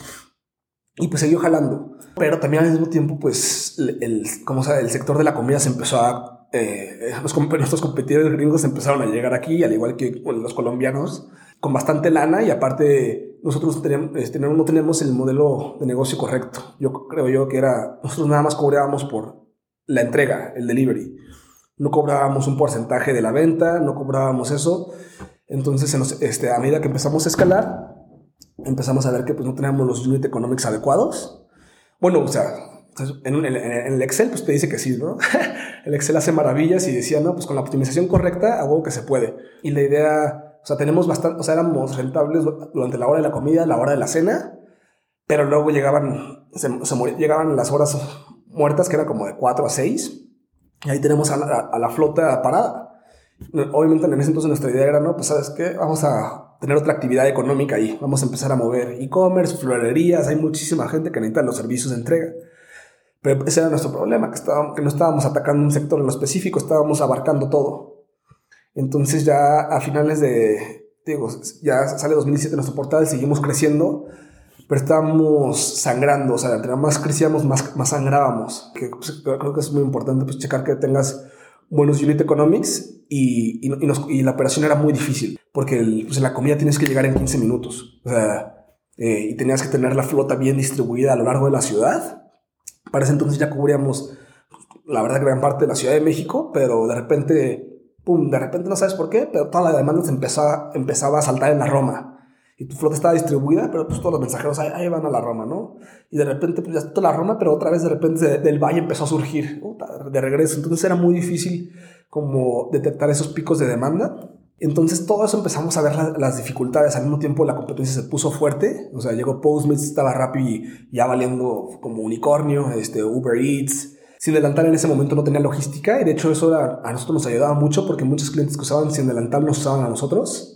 y pues siguió jalando. Pero también al mismo tiempo, pues, el, el, como sabe, el sector de la comida se empezó a... Eh, los, nuestros competidores gringos empezaron a llegar aquí, al igual que bueno, los colombianos, con bastante lana y aparte nosotros teníamos, este, no teníamos el modelo de negocio correcto. Yo creo yo que era... Nosotros nada más cobrábamos por la entrega, el delivery. No cobrábamos un porcentaje de la venta, no cobrábamos eso. Entonces, se nos, este, a medida que empezamos a escalar, empezamos a ver que pues, no teníamos los unit economics adecuados. Bueno, o sea, en, en, en el Excel pues te dice que sí, ¿no? El Excel hace maravillas y decía, no, pues con la optimización correcta, hago que se puede. Y la idea, o sea, tenemos bastante, o sea, éramos rentables durante la hora de la comida, la hora de la cena, pero luego llegaban, se, se morían, llegaban las horas muertas, que eran como de cuatro a seis, y ahí tenemos a la, a la flota parada. Obviamente en ese entonces nuestra idea era, no, pues ¿sabes qué? Vamos a tener otra actividad económica ahí. Vamos a empezar a mover e-commerce, florerías. Hay muchísima gente que necesita los servicios de entrega. Pero ese era nuestro problema, que, estábamos, que no estábamos atacando un sector en lo específico, estábamos abarcando todo. Entonces ya a finales de, digo, ya sale dos mil diecisiete nuestro portal, seguimos creciendo, pero estábamos sangrando. O sea, entre más crecíamos, más, más sangrábamos. Que, pues, creo que es muy importante pues, checar que tengas buenos unit economics y, y, y, nos, y la operación era muy difícil porque el, pues en la comida tienes que llegar en quince minutos, o sea, eh, y tenías que tener la flota bien distribuida a lo largo de la ciudad. Para ese entonces ya cubríamos la verdad gran parte de la Ciudad de México, pero de repente, pum, de repente no sabes por qué, pero toda la demanda se empezaba, empezaba a saltar en la Roma. Y tu flota estaba distribuida, pero pues todos los mensajeros ahí, ahí van a la Roma, ¿no? Y de repente, pues ya está toda la Roma, pero otra vez de repente de, del valle empezó a surgir, ¿no? De regreso. Entonces era muy difícil como detectar esos picos de demanda. Entonces todo eso empezamos a ver la, las dificultades. Al mismo tiempo la competencia se puso fuerte. O sea, llegó Postmates, estaba Rappi ya valiendo como unicornio, este, Uber Eats. Sin Delantal en ese momento no tenía logística y de hecho eso era, a nosotros nos ayudaba mucho porque muchos clientes que usaban Sin Delantal nos usaban a nosotros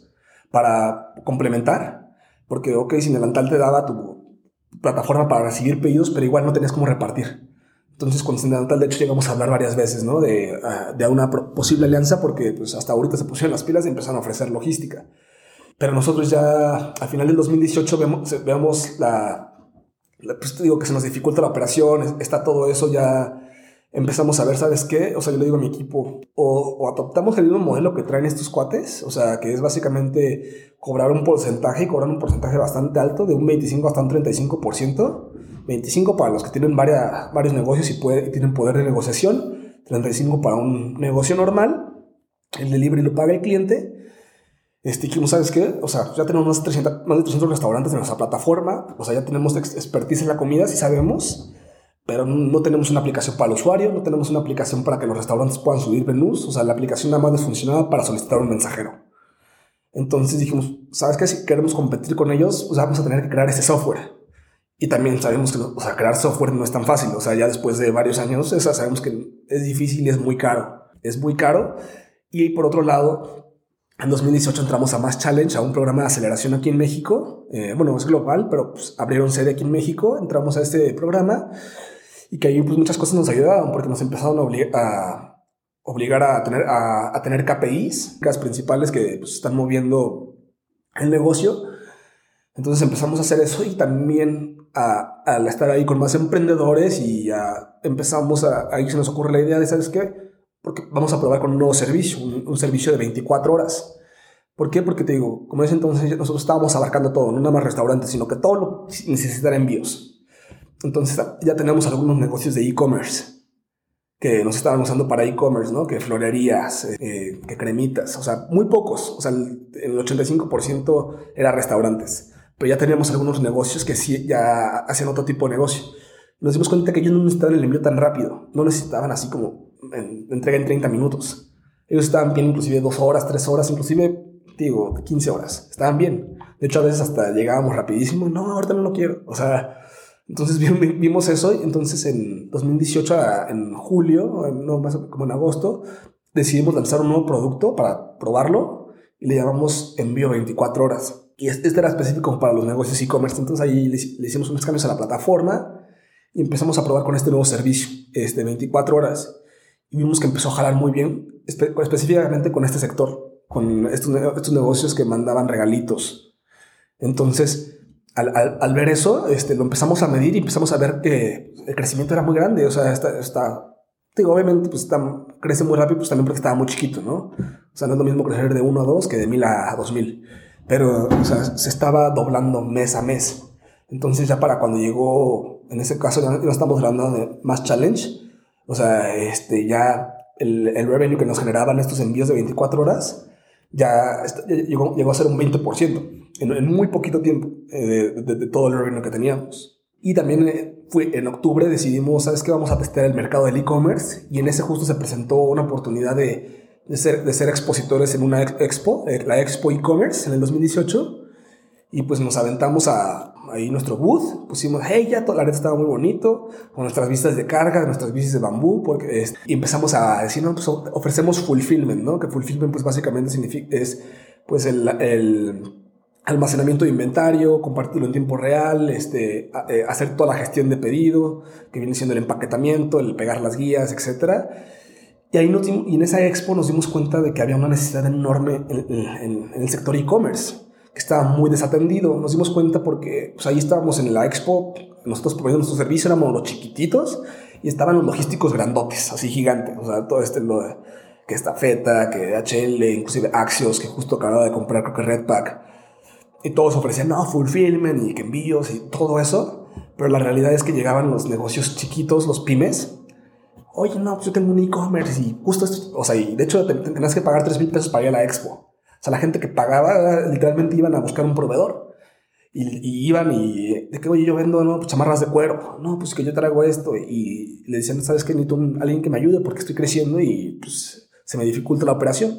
para complementar, porque ok, Sin Delantal te daba tu plataforma para recibir pedidos, pero igual no tenías cómo repartir. Entonces con Continental, de hecho, llegamos a hablar varias veces, ¿no? De, uh, de una posible alianza porque pues, hasta ahorita se pusieron las pilas y empezaron a ofrecer logística. Pero nosotros ya al final del dos mil dieciocho vemos, vemos la, la... Pues te digo que se nos dificulta la operación, está todo eso ya... Empezamos a ver, ¿sabes qué? O sea, yo le digo a mi equipo, o, o adoptamos el mismo modelo que traen estos cuates, o sea, que es básicamente cobrar un porcentaje y cobrar un porcentaje bastante alto, de un veinticinco hasta un treinta y cinco por ciento. veinticinco para los que tienen varias, varios negocios y, puede, y tienen poder de negociación, treinta y cinco para un negocio normal, el delivery lo paga el cliente. Este, dijimos, ¿sabes qué? O sea, ya tenemos más de trescientos, más de trescientos restaurantes en nuestra plataforma, o sea, ya tenemos expertise en la comida, sí sabemos, pero no tenemos una aplicación para el usuario, no tenemos una aplicación para que los restaurantes puedan subir menús, o sea, la aplicación nada más les funcionaba para solicitar un mensajero. Entonces dijimos, ¿sabes qué? Si queremos competir con ellos, pues vamos a tener que crear este software. Y también sabemos que, o sea, crear software no es tan fácil, o sea, ya después de varios años, o sea, sabemos que es difícil y es muy caro, es muy caro. Y por otro lado, en dos mil dieciocho entramos a Mass Challenge, a un programa de aceleración aquí en México, eh, bueno, es global, pero pues, abrieron sede aquí en México, entramos a este programa. Y que ahí pues, muchas cosas nos ayudaron porque nos empezaron a, obli- a obligar a tener, a, a tener K P Is, las principales que pues, están moviendo el negocio. Entonces empezamos a hacer eso y también a, a estar ahí con más emprendedores y a, empezamos a, ahí se nos ocurre la idea de, ¿sabes qué? Porque vamos a probar con un nuevo servicio, un, un servicio de veinticuatro horas. ¿Por qué? Porque te digo, como es entonces nosotros estábamos abarcando todo, no nada más restaurantes, sino que todo lo necesitara envíos. Entonces ya tenemos algunos negocios de e-commerce que nos estaban usando para e-commerce, ¿no? Que florerías, eh, que cremitas, o sea, muy pocos. O sea, el, el ochenta y cinco por ciento era restaurantes. Pero ya teníamos algunos negocios que sí ya hacían otro tipo de negocio. Nos dimos cuenta que ellos no necesitaban el envío tan rápido. No necesitaban así como en, entrega en treinta minutos. Ellos estaban bien inclusive dos horas, tres horas, inclusive, digo, quince horas. Estaban bien. De hecho, a veces hasta llegábamos rapidísimo. No, ahorita no lo quiero. O sea... Entonces vimos eso y entonces en dos mil dieciocho, en julio, no más como en agosto, decidimos lanzar un nuevo producto para probarlo y le llamamos Envío veinticuatro horas. Y este era específico para los negocios e-commerce. Entonces ahí le, le hicimos unos cambios a la plataforma y empezamos a probar con este nuevo servicio, este veinticuatro horas. Y vimos que empezó a jalar muy bien, espe- específicamente con este sector, con estos, estos negocios que mandaban regalitos. Entonces... Al, al, al ver eso, este, lo empezamos a medir y empezamos a ver que el crecimiento era muy grande. O sea, está, está, digo, obviamente, pues está, crece muy rápido, pues también porque estaba muy chiquito, ¿no? O sea, no es lo mismo crecer de uno a dos que de mil a dos mil. Pero, o sea, se estaba doblando mes a mes. Entonces, ya para cuando llegó, en ese caso, ya no estamos hablando de Mass Challenge. O sea, este, ya el, el revenue que nos generaban estos envíos de veinticuatro horas ya, ya llegó, llegó a ser un veinte por ciento. En, en muy poquito tiempo eh, de, de, de todo el revenue que teníamos. Y también eh, fue en octubre decidimos, ¿sabes qué? Vamos a testear el mercado del e-commerce y en ese justo se presentó una oportunidad de, de, ser, de ser expositores en una expo, eh, la Expo e-commerce en el dos mil dieciocho y pues nos aventamos a ahí nuestro booth, pusimos, hey, ya toda la red estaba muy bonito, con nuestras vistas de carga, nuestras bicis de bambú, porque es, y empezamos a decir, no, pues ofrecemos fulfillment, ¿no? Que fulfillment pues básicamente significa, es pues el... el almacenamiento de inventario, compartirlo en tiempo real, este, eh, hacer toda la gestión de pedido, que viene siendo el empaquetamiento, el pegar las guías, etcétera. Y ahí nos dimos, y en esa expo nos dimos cuenta de que había una necesidad enorme en, en, en el sector e-commerce, que estaba muy desatendido. Nos dimos cuenta porque pues, ahí estábamos en la expo, nosotros proveyendo nuestro servicio, éramos los chiquititos, y estaban los logísticos grandotes, así gigantes, o sea, todo este, lo de, que Estafeta, que D H L, inclusive Axios, que justo acababa de comprar, creo que Redpack. Y todos ofrecían, no, fulfillment y que envíos y todo eso. Pero la realidad es que llegaban los negocios chiquitos, los pymes. Oye, no, pues yo tengo un e-commerce y justo esto. O sea, y de hecho te, te tenías que pagar tres mil pesos para ir a la expo. O sea, la gente que pagaba literalmente iban a buscar un proveedor. Y, y iban y, de que, oye, yo vendo, no, pues chamarras de cuero. No, pues que yo traigo esto. Y le decían, ¿sabes qué? Necesito un, alguien que me ayude porque estoy creciendo y pues se me dificulta la operación.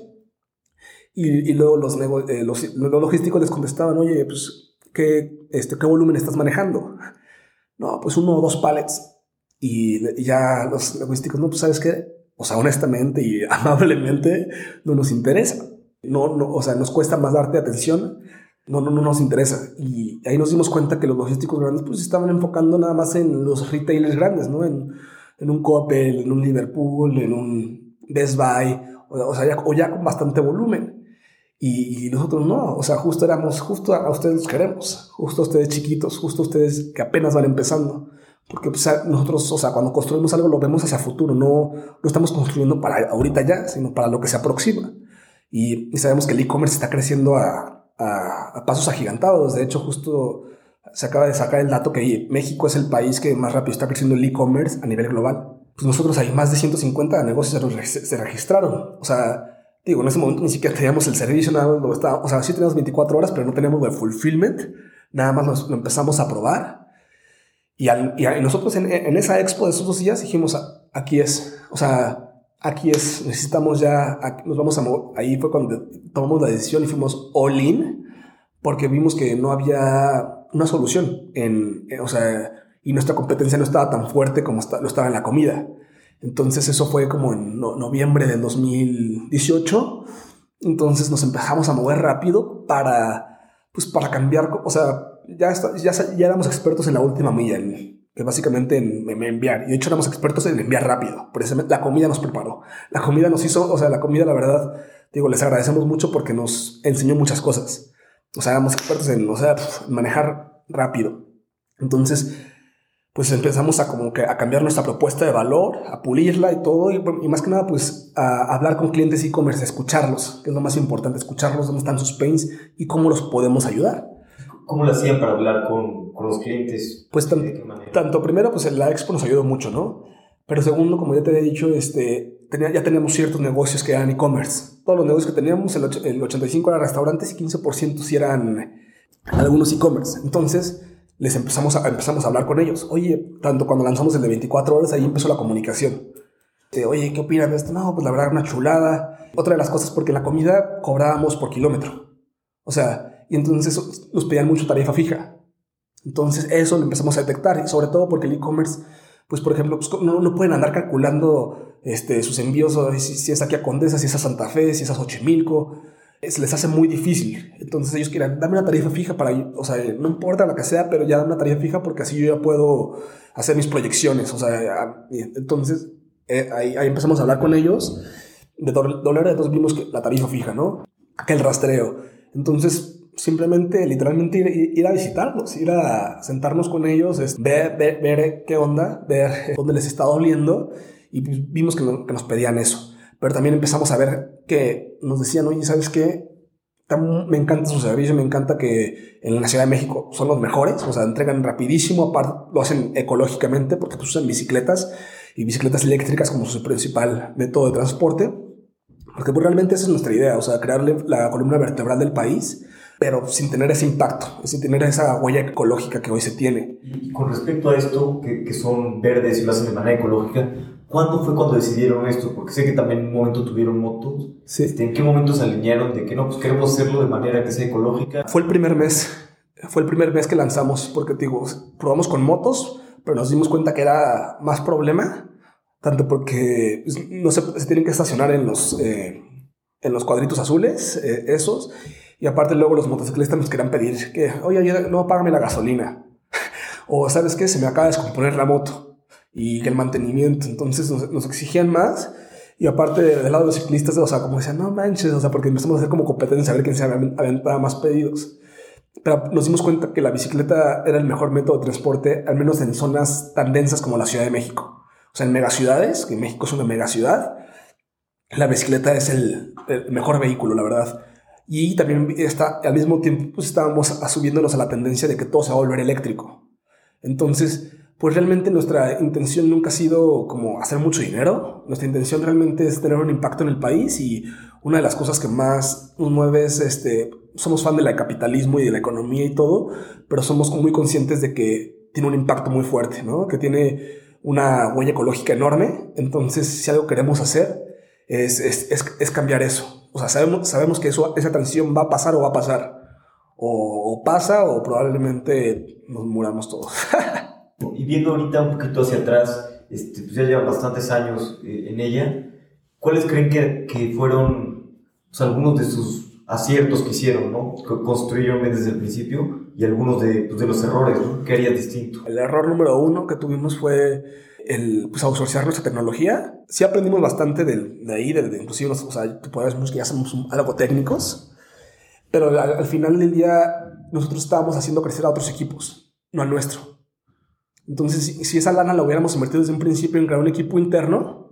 Y, y luego los, nego- eh, los, los logísticos les contestaban, oye, pues, ¿qué, este, ¿qué volumen estás manejando? No, pues uno o dos pallets. Y, y ya los logísticos, no, pues, ¿sabes qué? O sea, honestamente y amablemente no nos interesa. No, no, o sea, nos cuesta más darte atención. No, no, no nos interesa. Y ahí nos dimos cuenta que los logísticos grandes pues estaban enfocando nada más en los retailers grandes, ¿no? En, en un Coppel, en un Liverpool, en un Best Buy, o, o sea, ya, o ya con bastante volumen. Y, y nosotros no, o sea, justo éramos, justo a ustedes los queremos, justo a ustedes chiquitos, justo a ustedes que apenas van empezando. Porque pues, nosotros, o sea, cuando construimos algo lo vemos hacia futuro, no lo estamos construyendo para ahorita ya, sino para lo que se aproxima. Y, y sabemos que el e-commerce está creciendo a, a, a pasos agigantados. De hecho, justo se acaba de sacar el dato que México es el país que más rápido está creciendo el e-commerce a nivel global. Pues nosotros hay más de ciento cincuenta negocios se, se registraron. O sea, digo, en ese momento ni siquiera teníamos el servicio, nada más lo estaba, o sea, sí teníamos veinticuatro horas, pero no teníamos el fulfillment. Nada más nos, lo empezamos a probar. Y, al, y, a, y nosotros en, en esa expo de esos dos días dijimos, aquí es, o sea, aquí es, necesitamos ya, aquí nos vamos a mover. Ahí fue cuando tomamos la decisión y fuimos all in, porque vimos que no había una solución, en, en, o sea, y nuestra competencia no estaba tan fuerte como está, lo estaba en la comida. Entonces eso fue como en no, noviembre del dos mil dieciocho, entonces nos empezamos a mover rápido para, pues para cambiar, o sea, Ya, está, ya, ya éramos expertos en la última milla, en, que básicamente en, en enviar. Y de hecho éramos expertos en enviar rápido. Por eso la comida nos preparó. La comida nos hizo, o sea, la comida, la verdad, digo, les agradecemos mucho porque nos enseñó muchas cosas. O sea, éramos expertos en, o sea, manejar rápido. Entonces, pues empezamos a como que a cambiar nuestra propuesta de valor, a pulirla y todo. Y, y más que nada, pues a hablar con clientes e-commerce, a escucharlos, que es lo más importante, escucharlos, dónde están sus pains y cómo los podemos ayudar. ¿Cómo lo hacían para hablar con, con los clientes? Pues tan, tanto primero, pues en la expo nos ayudó mucho, ¿no? Pero segundo, como ya te había dicho, este, tenía, ya teníamos ciertos negocios que eran e-commerce. Todos los negocios que teníamos, el, el ochenta y cinco por ciento eran restaurantes y quince por ciento sí eran algunos e-commerce. Entonces, les empezamos a, empezamos a hablar con ellos. Oye, tanto cuando lanzamos el de veinticuatro horas, ahí empezó la comunicación. De, Oye, ¿qué opinan de esto? No, pues la verdad, una chulada. Otra de las cosas, porque en la comida cobrábamos por kilómetro. O sea... Y entonces nos pedían mucho tarifa fija. Entonces eso lo empezamos a detectar. Y sobre todo porque el e-commerce, pues por ejemplo, pues no, no pueden andar calculando este, sus envíos, si, si es aquí a Condesa, si es a Santa Fe, si es a Xochimilco. Se les hace muy difícil. Entonces ellos quieren, dame una tarifa fija para... O sea, no importa la que sea, pero ya dame una tarifa fija porque así yo ya puedo hacer mis proyecciones. O sea, entonces eh, ahí, ahí empezamos a hablar con ellos de dólares. Entonces vimos que la tarifa fija, ¿no? Aquel rastreo. Entonces... Simplemente, literalmente ir, ir a visitarlos, ir a sentarnos con ellos, es ver, ver, ver qué onda, ver dónde les está doliendo y pues vimos que, no, que nos pedían eso. Pero también empezamos a ver que nos decían, oye, ¿sabes qué? Me encanta su servicio, me encanta que en la Ciudad de México son los mejores, o sea, entregan rapidísimo, aparte lo hacen ecológicamente porque pues, usan bicicletas y bicicletas eléctricas como su principal método de transporte, porque pues, realmente esa es nuestra idea, o sea, crearle la columna vertebral del país, pero sin tener ese impacto, sin tener esa huella ecológica que hoy se tiene. Y con respecto a esto, que, que son verdes y lo hacen de manera ecológica, ¿cuándo fue cuando decidieron esto? Porque sé que también en un momento tuvieron motos. Sí. Este, ¿En qué momento se alinearon de que no, pues queremos hacerlo de manera que sea ecológica? Fue el primer mes, fue el primer mes que lanzamos, porque te digo, probamos con motos, pero nos dimos cuenta que era más problema, tanto porque pues, no se, se tienen que estacionar en los, eh, en los cuadritos azules, eh, esos. Y aparte luego los motociclistas nos querían pedir que, oye, no, págame la gasolina. O, ¿sabes qué? Se me acaba de descomponer la moto. Y el mantenimiento. Entonces nos, nos exigían más. Y aparte del lado de los ciclistas, o sea, como decían, no manches, o sea, porque empezamos a hacer como competencia, a ver quién se aventaba más pedidos. Pero nos dimos cuenta que la bicicleta era el mejor método de transporte, al menos en zonas tan densas como la Ciudad de México. O sea, en megaciudades, que México es una megaciudad, la bicicleta es el, el mejor vehículo, la verdad. Y también está, al mismo tiempo pues estábamos subiéndonos a la tendencia de que todo se va a volver eléctrico. Entonces, pues realmente nuestra intención nunca ha sido como hacer mucho dinero. Nuestra intención realmente es tener un impacto en el país y una de las cosas que más nos mueve es, este, somos fan del capitalismo y de la economía y todo, pero somos muy conscientes de que tiene un impacto muy fuerte, ¿no? Que tiene una huella ecológica enorme. Entonces, si algo queremos hacer es, es, es, es cambiar eso. O sea, sabemos, sabemos que eso, esa transición va a pasar o va a pasar. O, o pasa o probablemente nos muramos todos. Y viendo ahorita un poquito hacia atrás, este, pues ya llevan bastantes años eh, en ella, ¿cuáles creen que, que fueron pues, algunos de sus aciertos que hicieron, ¿no? Que construyeron desde el principio y algunos de, pues, de los errores, ¿no? ¿Qué harías distinto? El error número uno que tuvimos fue el pues, outsourcear nuestra tecnología. Sí aprendimos bastante de, de ahí, de, de, inclusive, o sea, tú puedes ver que ya somos un, algo técnicos, pero al, al final del día nosotros estábamos haciendo crecer a otros equipos, no al nuestro. Entonces, si, si esa lana la hubiéramos invertido desde un principio en crear un equipo interno,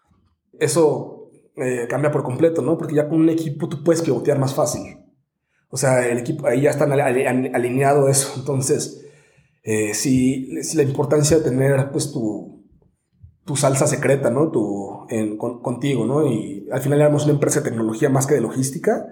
eso eh, cambia por completo, ¿no? Porque ya con un equipo tú puedes pivotear más fácil. O sea, el equipo, ahí ya está alineado eso. Entonces, eh, sí, sí, la importancia de tener, pues, tu, tu salsa secreta, ¿no? Tu, en, con, contigo, ¿no? Y al final éramos una empresa de tecnología más que de logística.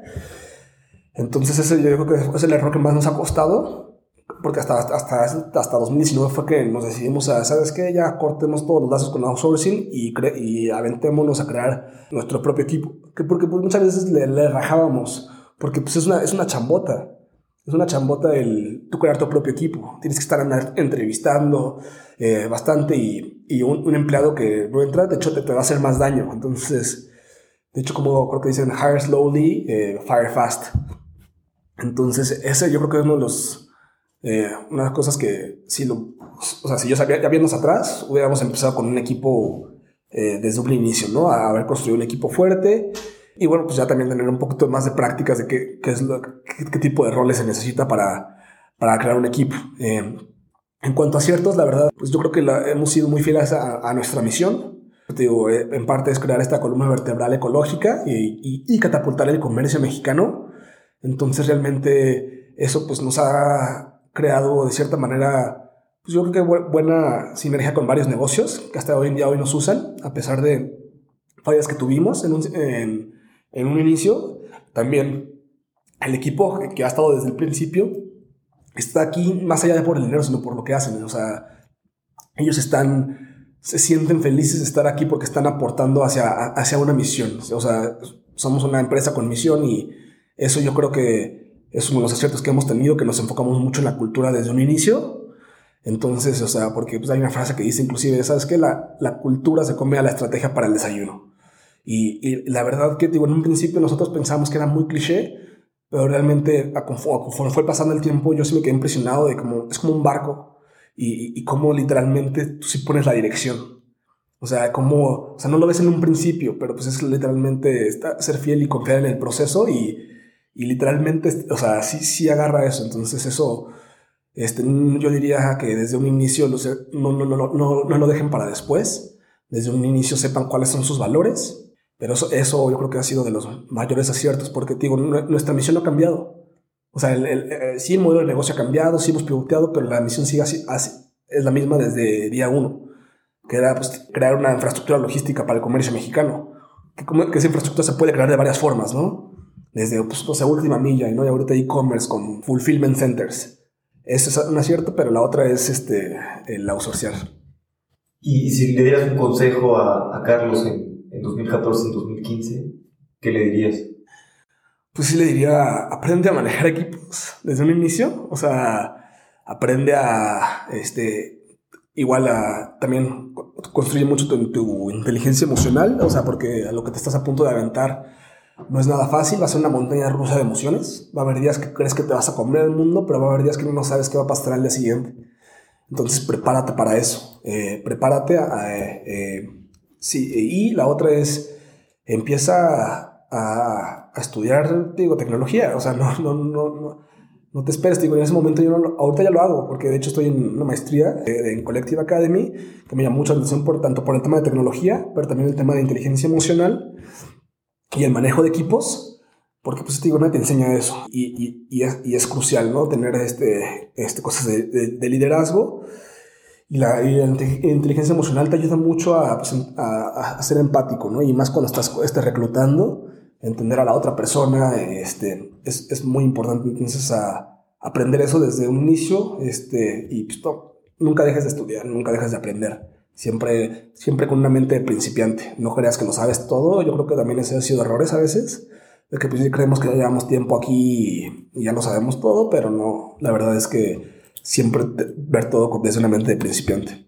Entonces, ese yo creo que es el error que más nos ha costado. Porque hasta, hasta, hasta dos mil diecinueve fue que nos decidimos a, ¿sabes qué? Ya cortemos todos los lazos con outsourcing y, cre- y aventémonos a crear nuestro propio equipo. Que porque pues, muchas veces le, le rajábamos, porque pues, es, una, es una chambota. Es una chambota el tú crear tu propio equipo. Tienes que estar andar entrevistando eh, bastante y, y un, un empleado que no entra, de hecho, te, te va a hacer más daño. Entonces, de hecho, como creo que dicen, hire slowly, eh, fire fast. Entonces, ese yo creo que es uno de los... Eh, unas cosas que si lo, o sea, si yo sabía, ya viéndonos atrás, hubiéramos empezado con un equipo eh, desde un inicio, ¿no? A haber construido un equipo fuerte y bueno, pues ya también tener un poquito más de prácticas de qué, qué es lo, qué, qué tipo de roles se necesita para, para crear un equipo. Eh, en cuanto a aciertos, la verdad, pues yo creo que la, hemos sido muy fieles a, a nuestra misión. Te digo, eh, en parte es crear esta columna vertebral ecológica y, y, y catapultar el comercio mexicano. Entonces realmente eso pues nos ha creado de cierta manera, pues yo creo que bu- buena sinergia con varios negocios que hasta hoy en día hoy nos usan, a pesar de fallas que tuvimos en un, en, en un inicio. También el equipo que, que ha estado desde el principio está aquí más allá de por el dinero, sino por lo que hacen. O sea, ellos están, se sienten felices de estar aquí porque están aportando hacia, hacia una misión. O sea, somos una empresa con misión y eso yo creo que es uno de los aciertos que hemos tenido, que nos enfocamos mucho en la cultura desde un inicio. Entonces, o sea, porque pues, hay una frase que dice inclusive, ¿sabes qué? La, la cultura se come a la estrategia para el desayuno. Y, y la verdad que, digo, en un principio nosotros pensábamos que era muy cliché, pero realmente, conforme fue pasando el tiempo, yo sí me quedé impresionado de cómo es como un barco y, y cómo literalmente tú sí pones la dirección. O sea, como, o sea, no lo ves en un principio, pero pues es literalmente estar, ser fiel y confiar en el proceso y Y literalmente, o sea, sí, sí agarra eso. Entonces eso, este, yo diría que desde un inicio no, no, no, no, no, no lo dejen para después. Desde un inicio sepan cuáles son sus valores. Pero eso, eso yo creo que ha sido de los mayores aciertos porque, digo, nuestra misión no ha cambiado. O sea, el, el, el, sí el modelo de negocio ha cambiado, sí hemos pivoteado, pero la misión sigue así, así, es la misma desde día uno, que era pues, crear una infraestructura logística para el comercio mexicano. Que, como, que esa infraestructura se puede crear de varias formas, ¿no? Desde, pues, o sea, última milla, ¿no? Y ahorita e-commerce con fulfillment centers. Eso es un acierto, pero la otra es este, el outsourcear. Y, y si le dieras un consejo a, a Carlos en, en dos mil catorce, en dos mil quince, ¿qué le dirías? Pues sí le diría, aprende a manejar equipos desde un inicio. O sea, aprende a, este, igual a, también construye mucho tu, tu inteligencia emocional. O sea, porque a lo que te estás a punto de aventar no es nada fácil, va a ser una montaña rusa de emociones. Va a haber días que crees que te vas a comer el mundo, pero va a haber días que no sabes qué va a pasar al día siguiente. Entonces prepárate para eso. Eh, prepárate a... Eh, eh, sí, y la otra es, empieza a, a estudiar, digo, tecnología. O sea, no, no, no, no, no te esperes. Digo, en ese momento yo no, ahorita ya lo hago, porque de hecho estoy en una maestría eh, en Collective Academy, que me llama mucho la atención por, tanto por el tema de tecnología, pero también el tema de inteligencia emocional y el manejo de equipos, porque pues te digo, no te enseña eso y, y, y, es, y es crucial, ¿no? Tener este, este cosas de, de, de liderazgo y la, y la inteligencia emocional te ayuda mucho a, pues, a, a ser empático, ¿no? Y más cuando estás este, reclutando, entender a la otra persona, este, es, es muy importante. Entonces a aprender eso desde un inicio, este, y pues, no, nunca dejes de estudiar, nunca dejes de aprender. Siempre, siempre con una mente de principiante. No creas que lo sabes todo. Yo creo que también ese ha sido errores a veces. De que pues creemos que ya llevamos tiempo aquí y ya lo sabemos todo, pero no. La verdad es que siempre ver todo desde una mente de principiante.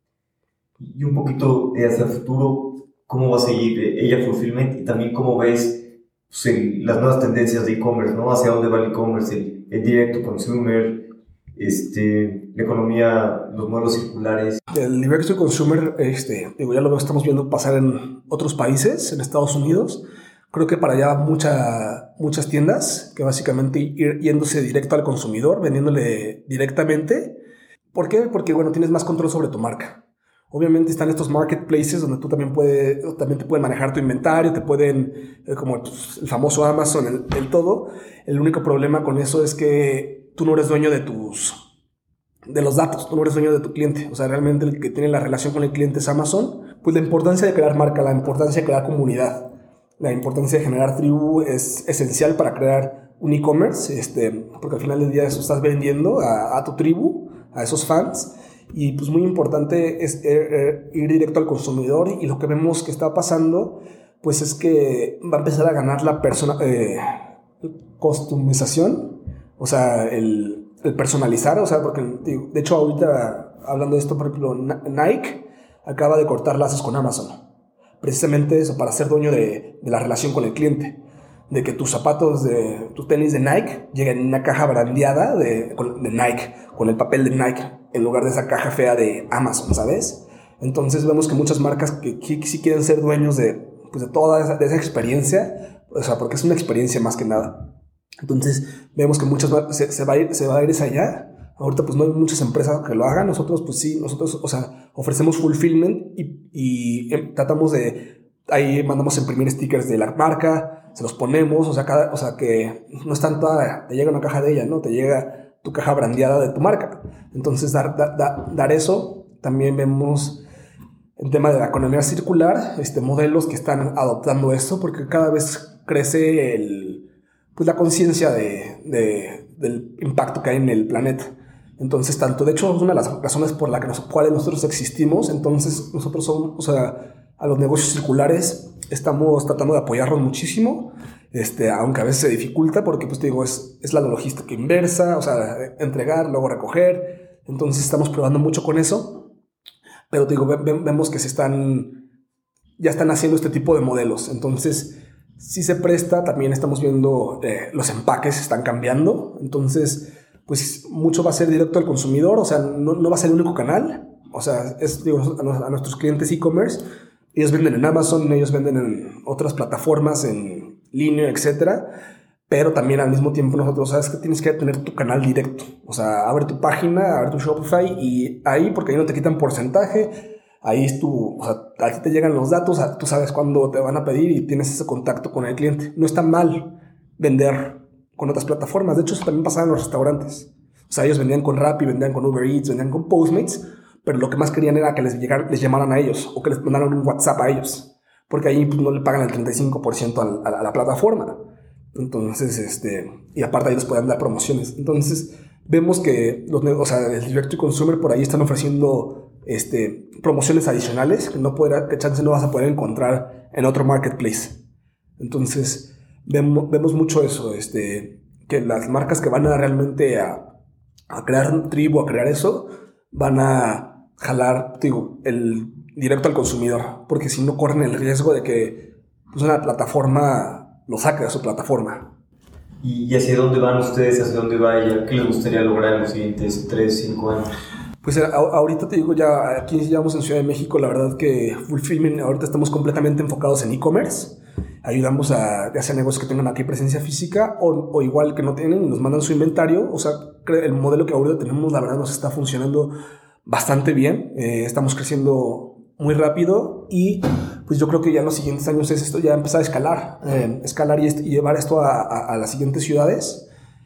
Y un poquito hacia el futuro, ¿cómo va a seguir ella Fulfillment? Y también cómo ves pues, el, las nuevas tendencias de e-commerce, ¿no? Hacia dónde va el e-commerce, el, el direct to consumer. este, la economía, los modelos circulares. El direct to consumer, este, digo, ya lo estamos viendo pasar en otros países, en Estados Unidos. Creo que para allá mucha, muchas tiendas que básicamente ir yéndose directo al consumidor, vendiéndole directamente. ¿Por qué? Porque, bueno, tienes más control sobre tu marca. Obviamente están estos marketplaces donde tú también, puede, también te pueden manejar tu inventario, te pueden, eh, como pues, el famoso Amazon, el, el todo. El único problema con eso es que tú no eres dueño de tus, de los datos, tú no eres dueño de tu cliente. O sea, realmente el que tiene la relación con el cliente es Amazon. Pues la importancia de crear marca, la importancia de crear comunidad, la importancia de generar tribu es esencial para crear un e-commerce, este, porque al final del día eso estás vendiendo a, a tu tribu, a esos fans. Y pues muy importante es eh, ir directo al consumidor, y lo que vemos que está pasando pues es que va a empezar a ganar la persona, eh, customización, o sea, el, el personalizar, o sea, porque de hecho ahorita hablando de esto, por ejemplo, Nike acaba de cortar lazos con Amazon, precisamente eso, para ser dueño de, de la relación con el cliente, de que tus zapatos, de tus tenis de Nike lleguen en una caja brandeada de, de Nike, con el papel de Nike, en lugar de esa caja fea de Amazon, ¿sabes? Entonces vemos que muchas marcas que, que, que sí quieren ser dueños de, pues de toda esa, de esa experiencia, o sea, porque es una experiencia más que nada. Entonces vemos que muchas se, se va a ir, se va a ir hacia allá. Ahorita pues no hay muchas empresas que lo hagan. Nosotros pues sí, nosotros, o sea, ofrecemos fulfillment y, y eh, tratamos de, ahí mandamos a imprimir stickers de la marca, se los ponemos, o sea, cada, o sea que no es tanto, te llega una caja de ella, ¿no? Te llega tu caja brandeada de tu marca. Entonces dar, dar, dar, dar eso. También vemos el tema de la economía circular, este, modelos que están adoptando esto, porque cada vez crece el, pues la conciencia de, de, del impacto que hay en el planeta. Entonces, tanto, de hecho, es una de las razones por las cuales nosotros existimos. Entonces, nosotros somos, o sea, a los negocios circulares estamos tratando de apoyarlos muchísimo, este, aunque a veces se dificulta porque, pues te digo, es, es la logística inversa, o sea, entregar, luego recoger. Entonces, estamos probando mucho con eso. Pero te digo, ve, vemos que se están, ya están haciendo este tipo de modelos. Entonces, si se presta, también estamos viendo eh, los empaques están cambiando. Entonces, pues mucho va a ser directo al consumidor, o sea, no, no va a ser el único canal. O sea, es, digo, a, a nuestros clientes e-commerce, ellos venden en Amazon, ellos venden en otras plataformas, en línea, etcétera. Pero también al mismo tiempo nosotros, sabes que tienes que tener tu canal directo. O sea, abre tu página, abre tu Shopify y ahí, porque ahí no te quitan porcentaje, ahí es tu, o sea, a ti te llegan los datos, tú sabes cuándo te van a pedir y tienes ese contacto con el cliente. No está mal vender con otras plataformas. De hecho, eso también pasaba en los restaurantes. O sea, ellos vendían con Rappi, vendían con Uber Eats, vendían con Postmates, pero lo que más querían era que les, llegar, les llamaran a ellos o que les mandaran un WhatsApp a ellos, porque ahí pues, no le pagan el treinta y cinco por ciento a, a, a la plataforma. Entonces, este, y aparte ahí les pueden dar promociones. Entonces, vemos que los, o sea, el direct to consumer por ahí están ofreciendo este, promociones adicionales que no podrá, que chance no vas a poder encontrar en otro marketplace. Entonces, vemos, vemos mucho eso, este, que las marcas que van a realmente a, a crear un tribu, a crear eso, van a jalar, digo, el directo al consumidor, porque si no corren el riesgo de que pues, una plataforma lo saque de su plataforma. ¿Y hacia dónde van ustedes? ¿Hacia dónde va ella? ¿Qué les gustaría lograr en los siguientes tres, cinco años? Pues a, ahorita te digo, ya aquí llevamos en Ciudad de México, la verdad que Fulfillment, ahorita estamos completamente enfocados en e-commerce. Ayudamos a, ya sea negocios que tengan aquí presencia física o, o igual que no tienen, nos mandan su inventario. O sea, el modelo que ahorita tenemos, la verdad, nos está funcionando bastante bien. Eh, estamos creciendo muy rápido y pues yo creo que ya en los siguientes años es esto, ya empezar a escalar, eh, escalar y, y llevar esto a, a, a las siguientes ciudades,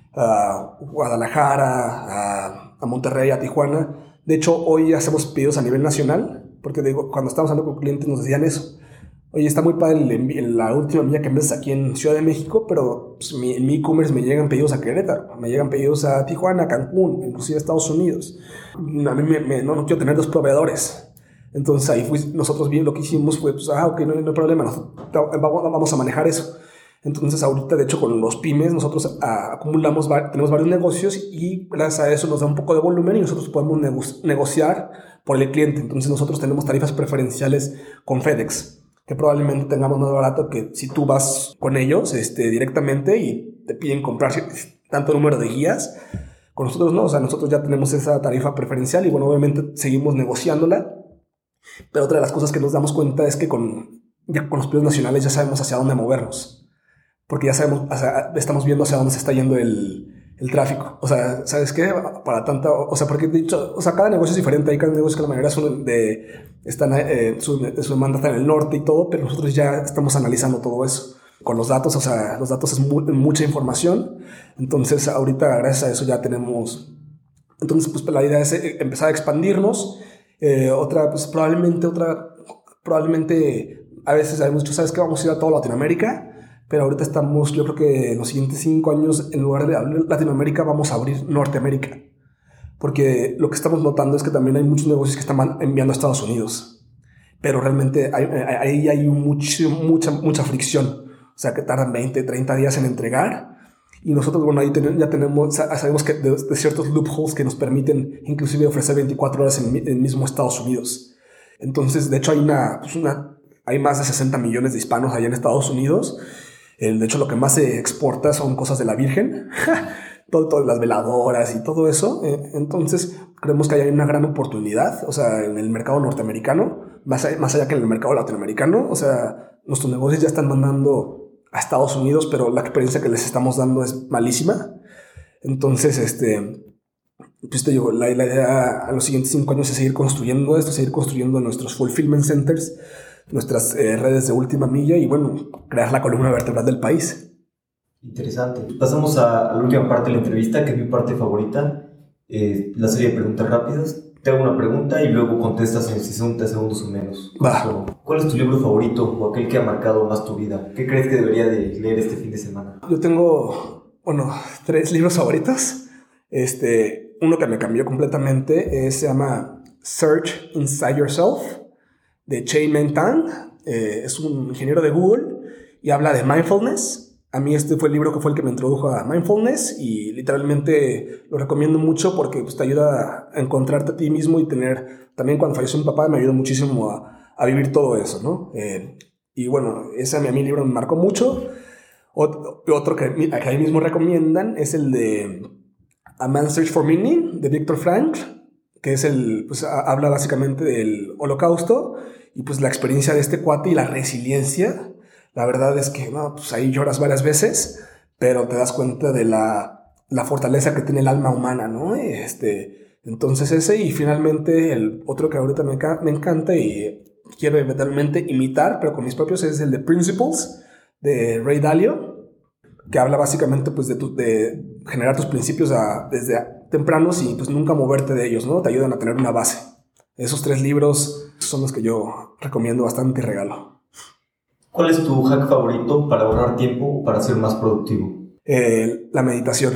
a Guadalajara, a, a Monterrey, a Tijuana. De hecho, hoy hacemos pedidos a nivel nacional, porque digo, cuando estábamos hablando con clientes nos decían eso. Oye, está muy padre el envi- la última milla que envías aquí en Ciudad de México, pero pues, mi, en mi e-commerce me llegan pedidos a Querétaro, me llegan pedidos a Tijuana, a Cancún, inclusive a Estados Unidos. A mí me, me, no, no quiero tener dos proveedores. Entonces ahí fui, nosotros bien lo que hicimos fue, pues, ah, ok, no, no hay problema, nosotros vamos a manejar eso. Entonces ahorita, de hecho, con los pymes, nosotros a, acumulamos, tenemos varios negocios y gracias a eso nos da un poco de volumen y nosotros podemos nego- negociar por el cliente. Entonces nosotros tenemos tarifas preferenciales con FedEx, que probablemente tengamos más barato que si tú vas con ellos este, directamente y te piden comprar tanto número de guías. Con nosotros no, o sea, nosotros ya tenemos esa tarifa preferencial y bueno, obviamente seguimos negociándola, pero otra de las cosas que nos damos cuenta es que con, ya con los precios nacionales ya sabemos hacia dónde movernos, porque ya sabemos, o sea, estamos viendo hacia dónde se está yendo el, el tráfico. O sea, ¿sabes qué? Para tanta, o sea, porque he dicho, o sea, cada negocio es diferente, hay cada negocio que la mayoría son de, están, eh, su, su demanda está en el norte y todo, pero nosotros ya estamos analizando todo eso. Con los datos, o sea, los datos es mu mucha información. Entonces, ahorita, gracias a eso, ya tenemos. Entonces, pues la idea es empezar a expandirnos. Eh, otra, pues probablemente, otra, probablemente, a veces sabemos, tú sabes que vamos a ir a toda Latinoamérica, pero ahorita estamos, yo creo que en los siguientes cinco años, en lugar de abrir Latinoamérica, vamos a abrir Norteamérica. Porque lo que estamos notando es que también hay muchos negocios que están enviando a Estados Unidos. Pero realmente ahí hay, hay, hay mucho, mucha, mucha fricción. O sea, que tardan veinte, treinta días en entregar. Y nosotros, bueno, ahí ten, ya tenemos, sabemos que de, de ciertos loopholes que nos permiten inclusive ofrecer veinticuatro horas en el mismo Estados Unidos. Entonces, de hecho, hay, una, pues una, hay más de sesenta millones de hispanos allá en Estados Unidos. El, de hecho, lo que más se exporta son cosas de la Virgen. todo, todas las veladoras y todo eso. Entonces, creemos que hay una gran oportunidad, o sea, en el mercado norteamericano, más allá, más allá que en el mercado latinoamericano. O sea, nuestros negocios ya están mandando a Estados Unidos, pero la experiencia que les estamos dando es malísima. Entonces, este, pues te digo, la, la idea a los siguientes cinco años es seguir construyendo esto, seguir construyendo nuestros fulfillment centers, nuestras eh, redes de última milla y, bueno, crear la columna vertebral del país. Interesante. Pasamos a, a la última parte de la entrevista, que es mi parte favorita, eh, la serie de preguntas rápidas. Te hago una pregunta y luego contestas en sesenta segundos o menos. Va. ¿Cuál es tu libro favorito o aquel que ha marcado más tu vida? ¿Qué crees que debería de leer este fin de semana? Yo tengo, bueno, tres libros favoritos. Este, uno que me cambió completamente es, se llama Search Inside Yourself, de Chey-Meng Tan. Eh, es un ingeniero de Google y habla de mindfulness. A mí este fue el libro que fue el que me introdujo a mindfulness y literalmente lo recomiendo mucho porque pues, te ayuda a encontrarte a ti mismo y tener... También cuando falleció mi papá me ayudó muchísimo a, a vivir todo eso, ¿no? Eh, y bueno, ese a mí, a mí libro me marcó mucho. Otro, otro que, que ahí mismo recomiendan es el de A Man's Search for Meaning, de Viktor Frankl, que es el, pues, habla básicamente del Holocausto y pues la experiencia de este cuate y la resiliencia. La verdad es que no, pues ahí lloras varias veces, pero te das cuenta de la, la fortaleza que tiene el alma humana, ¿no? Este, entonces ese, y finalmente el otro que ahorita me, me encanta y quiero eventualmente imitar, pero con mis propios, es el de Principles, de Ray Dalio, que habla básicamente pues, de, tu, de generar tus principios a, desde a, tempranos y pues nunca moverte de ellos, ¿no? Te ayudan a tener una base. Esos tres libros son los que yo recomiendo bastante y regalo. ¿Cuál es tu hack favorito para ahorrar tiempo o para ser más productivo? Eh, la meditación.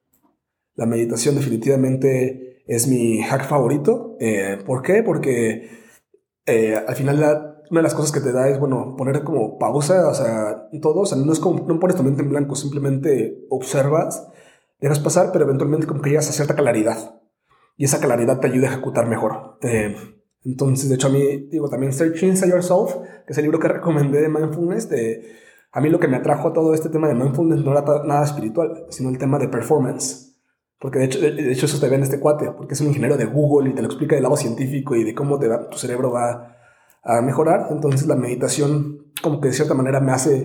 La meditación definitivamente es mi hack favorito. Eh, ¿Por qué? Porque eh, al final la, una de las cosas que te da es, bueno, poner como pausa, o sea, todo. O sea, no es como, no pones tu mente en blanco, simplemente observas, dejas pasar, pero eventualmente como que llegas a cierta claridad. Y esa claridad te ayuda a ejecutar mejor. Eh, Entonces, de hecho, a mí, digo, también Search Inside Yourself, que es el libro que recomendé de mindfulness, de, a mí lo que me atrajo a todo este tema de mindfulness no era nada espiritual, sino el tema de performance. Porque de hecho, de, de hecho eso te ve en este cuate, porque es un ingeniero de Google y te lo explica del lado científico y de cómo te va, tu cerebro va a mejorar. Entonces, la meditación, como que de cierta manera me hace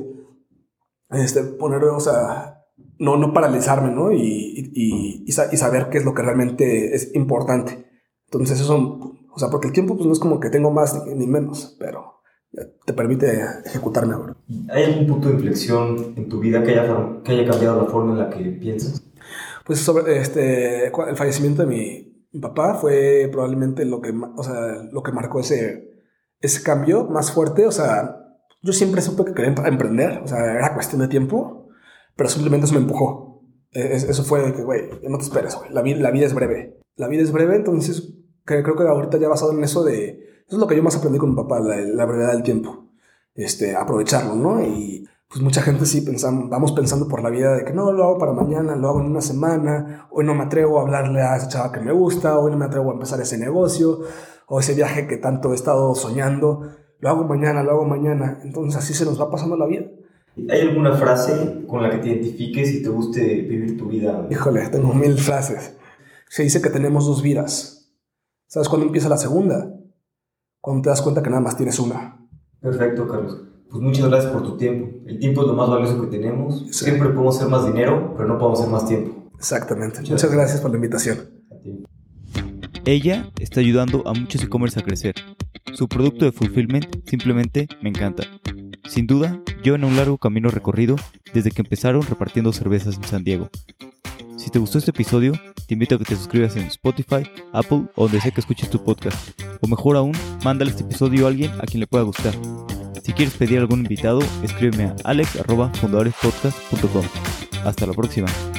este, poner, o sea, no, no paralizarme, ¿no? Y, y, y, y saber qué es lo que realmente es importante. Entonces, eso... O sea, porque el tiempo pues, no es como que tengo más ni, ni menos, pero te permite ejecutar mejor. ¿Hay algún punto de inflexión en tu vida que haya, que haya cambiado la forma en la que piensas? Pues sobre este, el fallecimiento de mi, mi papá fue probablemente lo que, o sea, lo que marcó ese, ese cambio más fuerte. O sea, yo siempre supe que quería emprender, o sea, era cuestión de tiempo, pero simplemente eso me empujó. Es, eso fue que, güey, no te esperes, güey, la, la vida es breve. La vida es breve, entonces... Que creo que ahorita ya basado en eso de... Eso es lo que yo más aprendí con mi papá, la, la brevedad del tiempo. Este, aprovecharlo, ¿no? Y pues mucha gente sí pensamos, vamos pensando por la vida de que no, lo hago para mañana, lo hago en una semana, hoy no me atrevo a hablarle a esa chava que me gusta, hoy no me atrevo a empezar ese negocio, o ese viaje que tanto he estado soñando, lo hago mañana, lo hago mañana. Entonces así se nos va pasando la vida. ¿Hay alguna frase con la que te identifiques y te guste vivir tu vida? Híjole, tengo mil frases. Se dice que tenemos dos vidas. ¿Sabes cuándo empieza la segunda? Cuando te das cuenta que nada más tienes una. Perfecto, Carlos. Pues muchas gracias por tu tiempo. El tiempo es lo más valioso que tenemos. Sí. Siempre podemos hacer más dinero, pero no podemos hacer más tiempo. Exactamente. Muchas Muchas gracias por la invitación. A ti. Ella está ayudando a muchos e-commerce a crecer. Su producto de fulfillment simplemente me encanta. Sin duda, llevan un largo camino recorrido desde que empezaron repartiendo cervezas en San Diego. Si te gustó este episodio, te invito a que te suscribas en Spotify, Apple o donde sea que escuches tu podcast. O mejor aún, mándale este episodio a alguien a quien le pueda gustar. Si quieres pedir algún invitado, escríbeme a alex arroba fundadores podcast punto com. Hasta la próxima.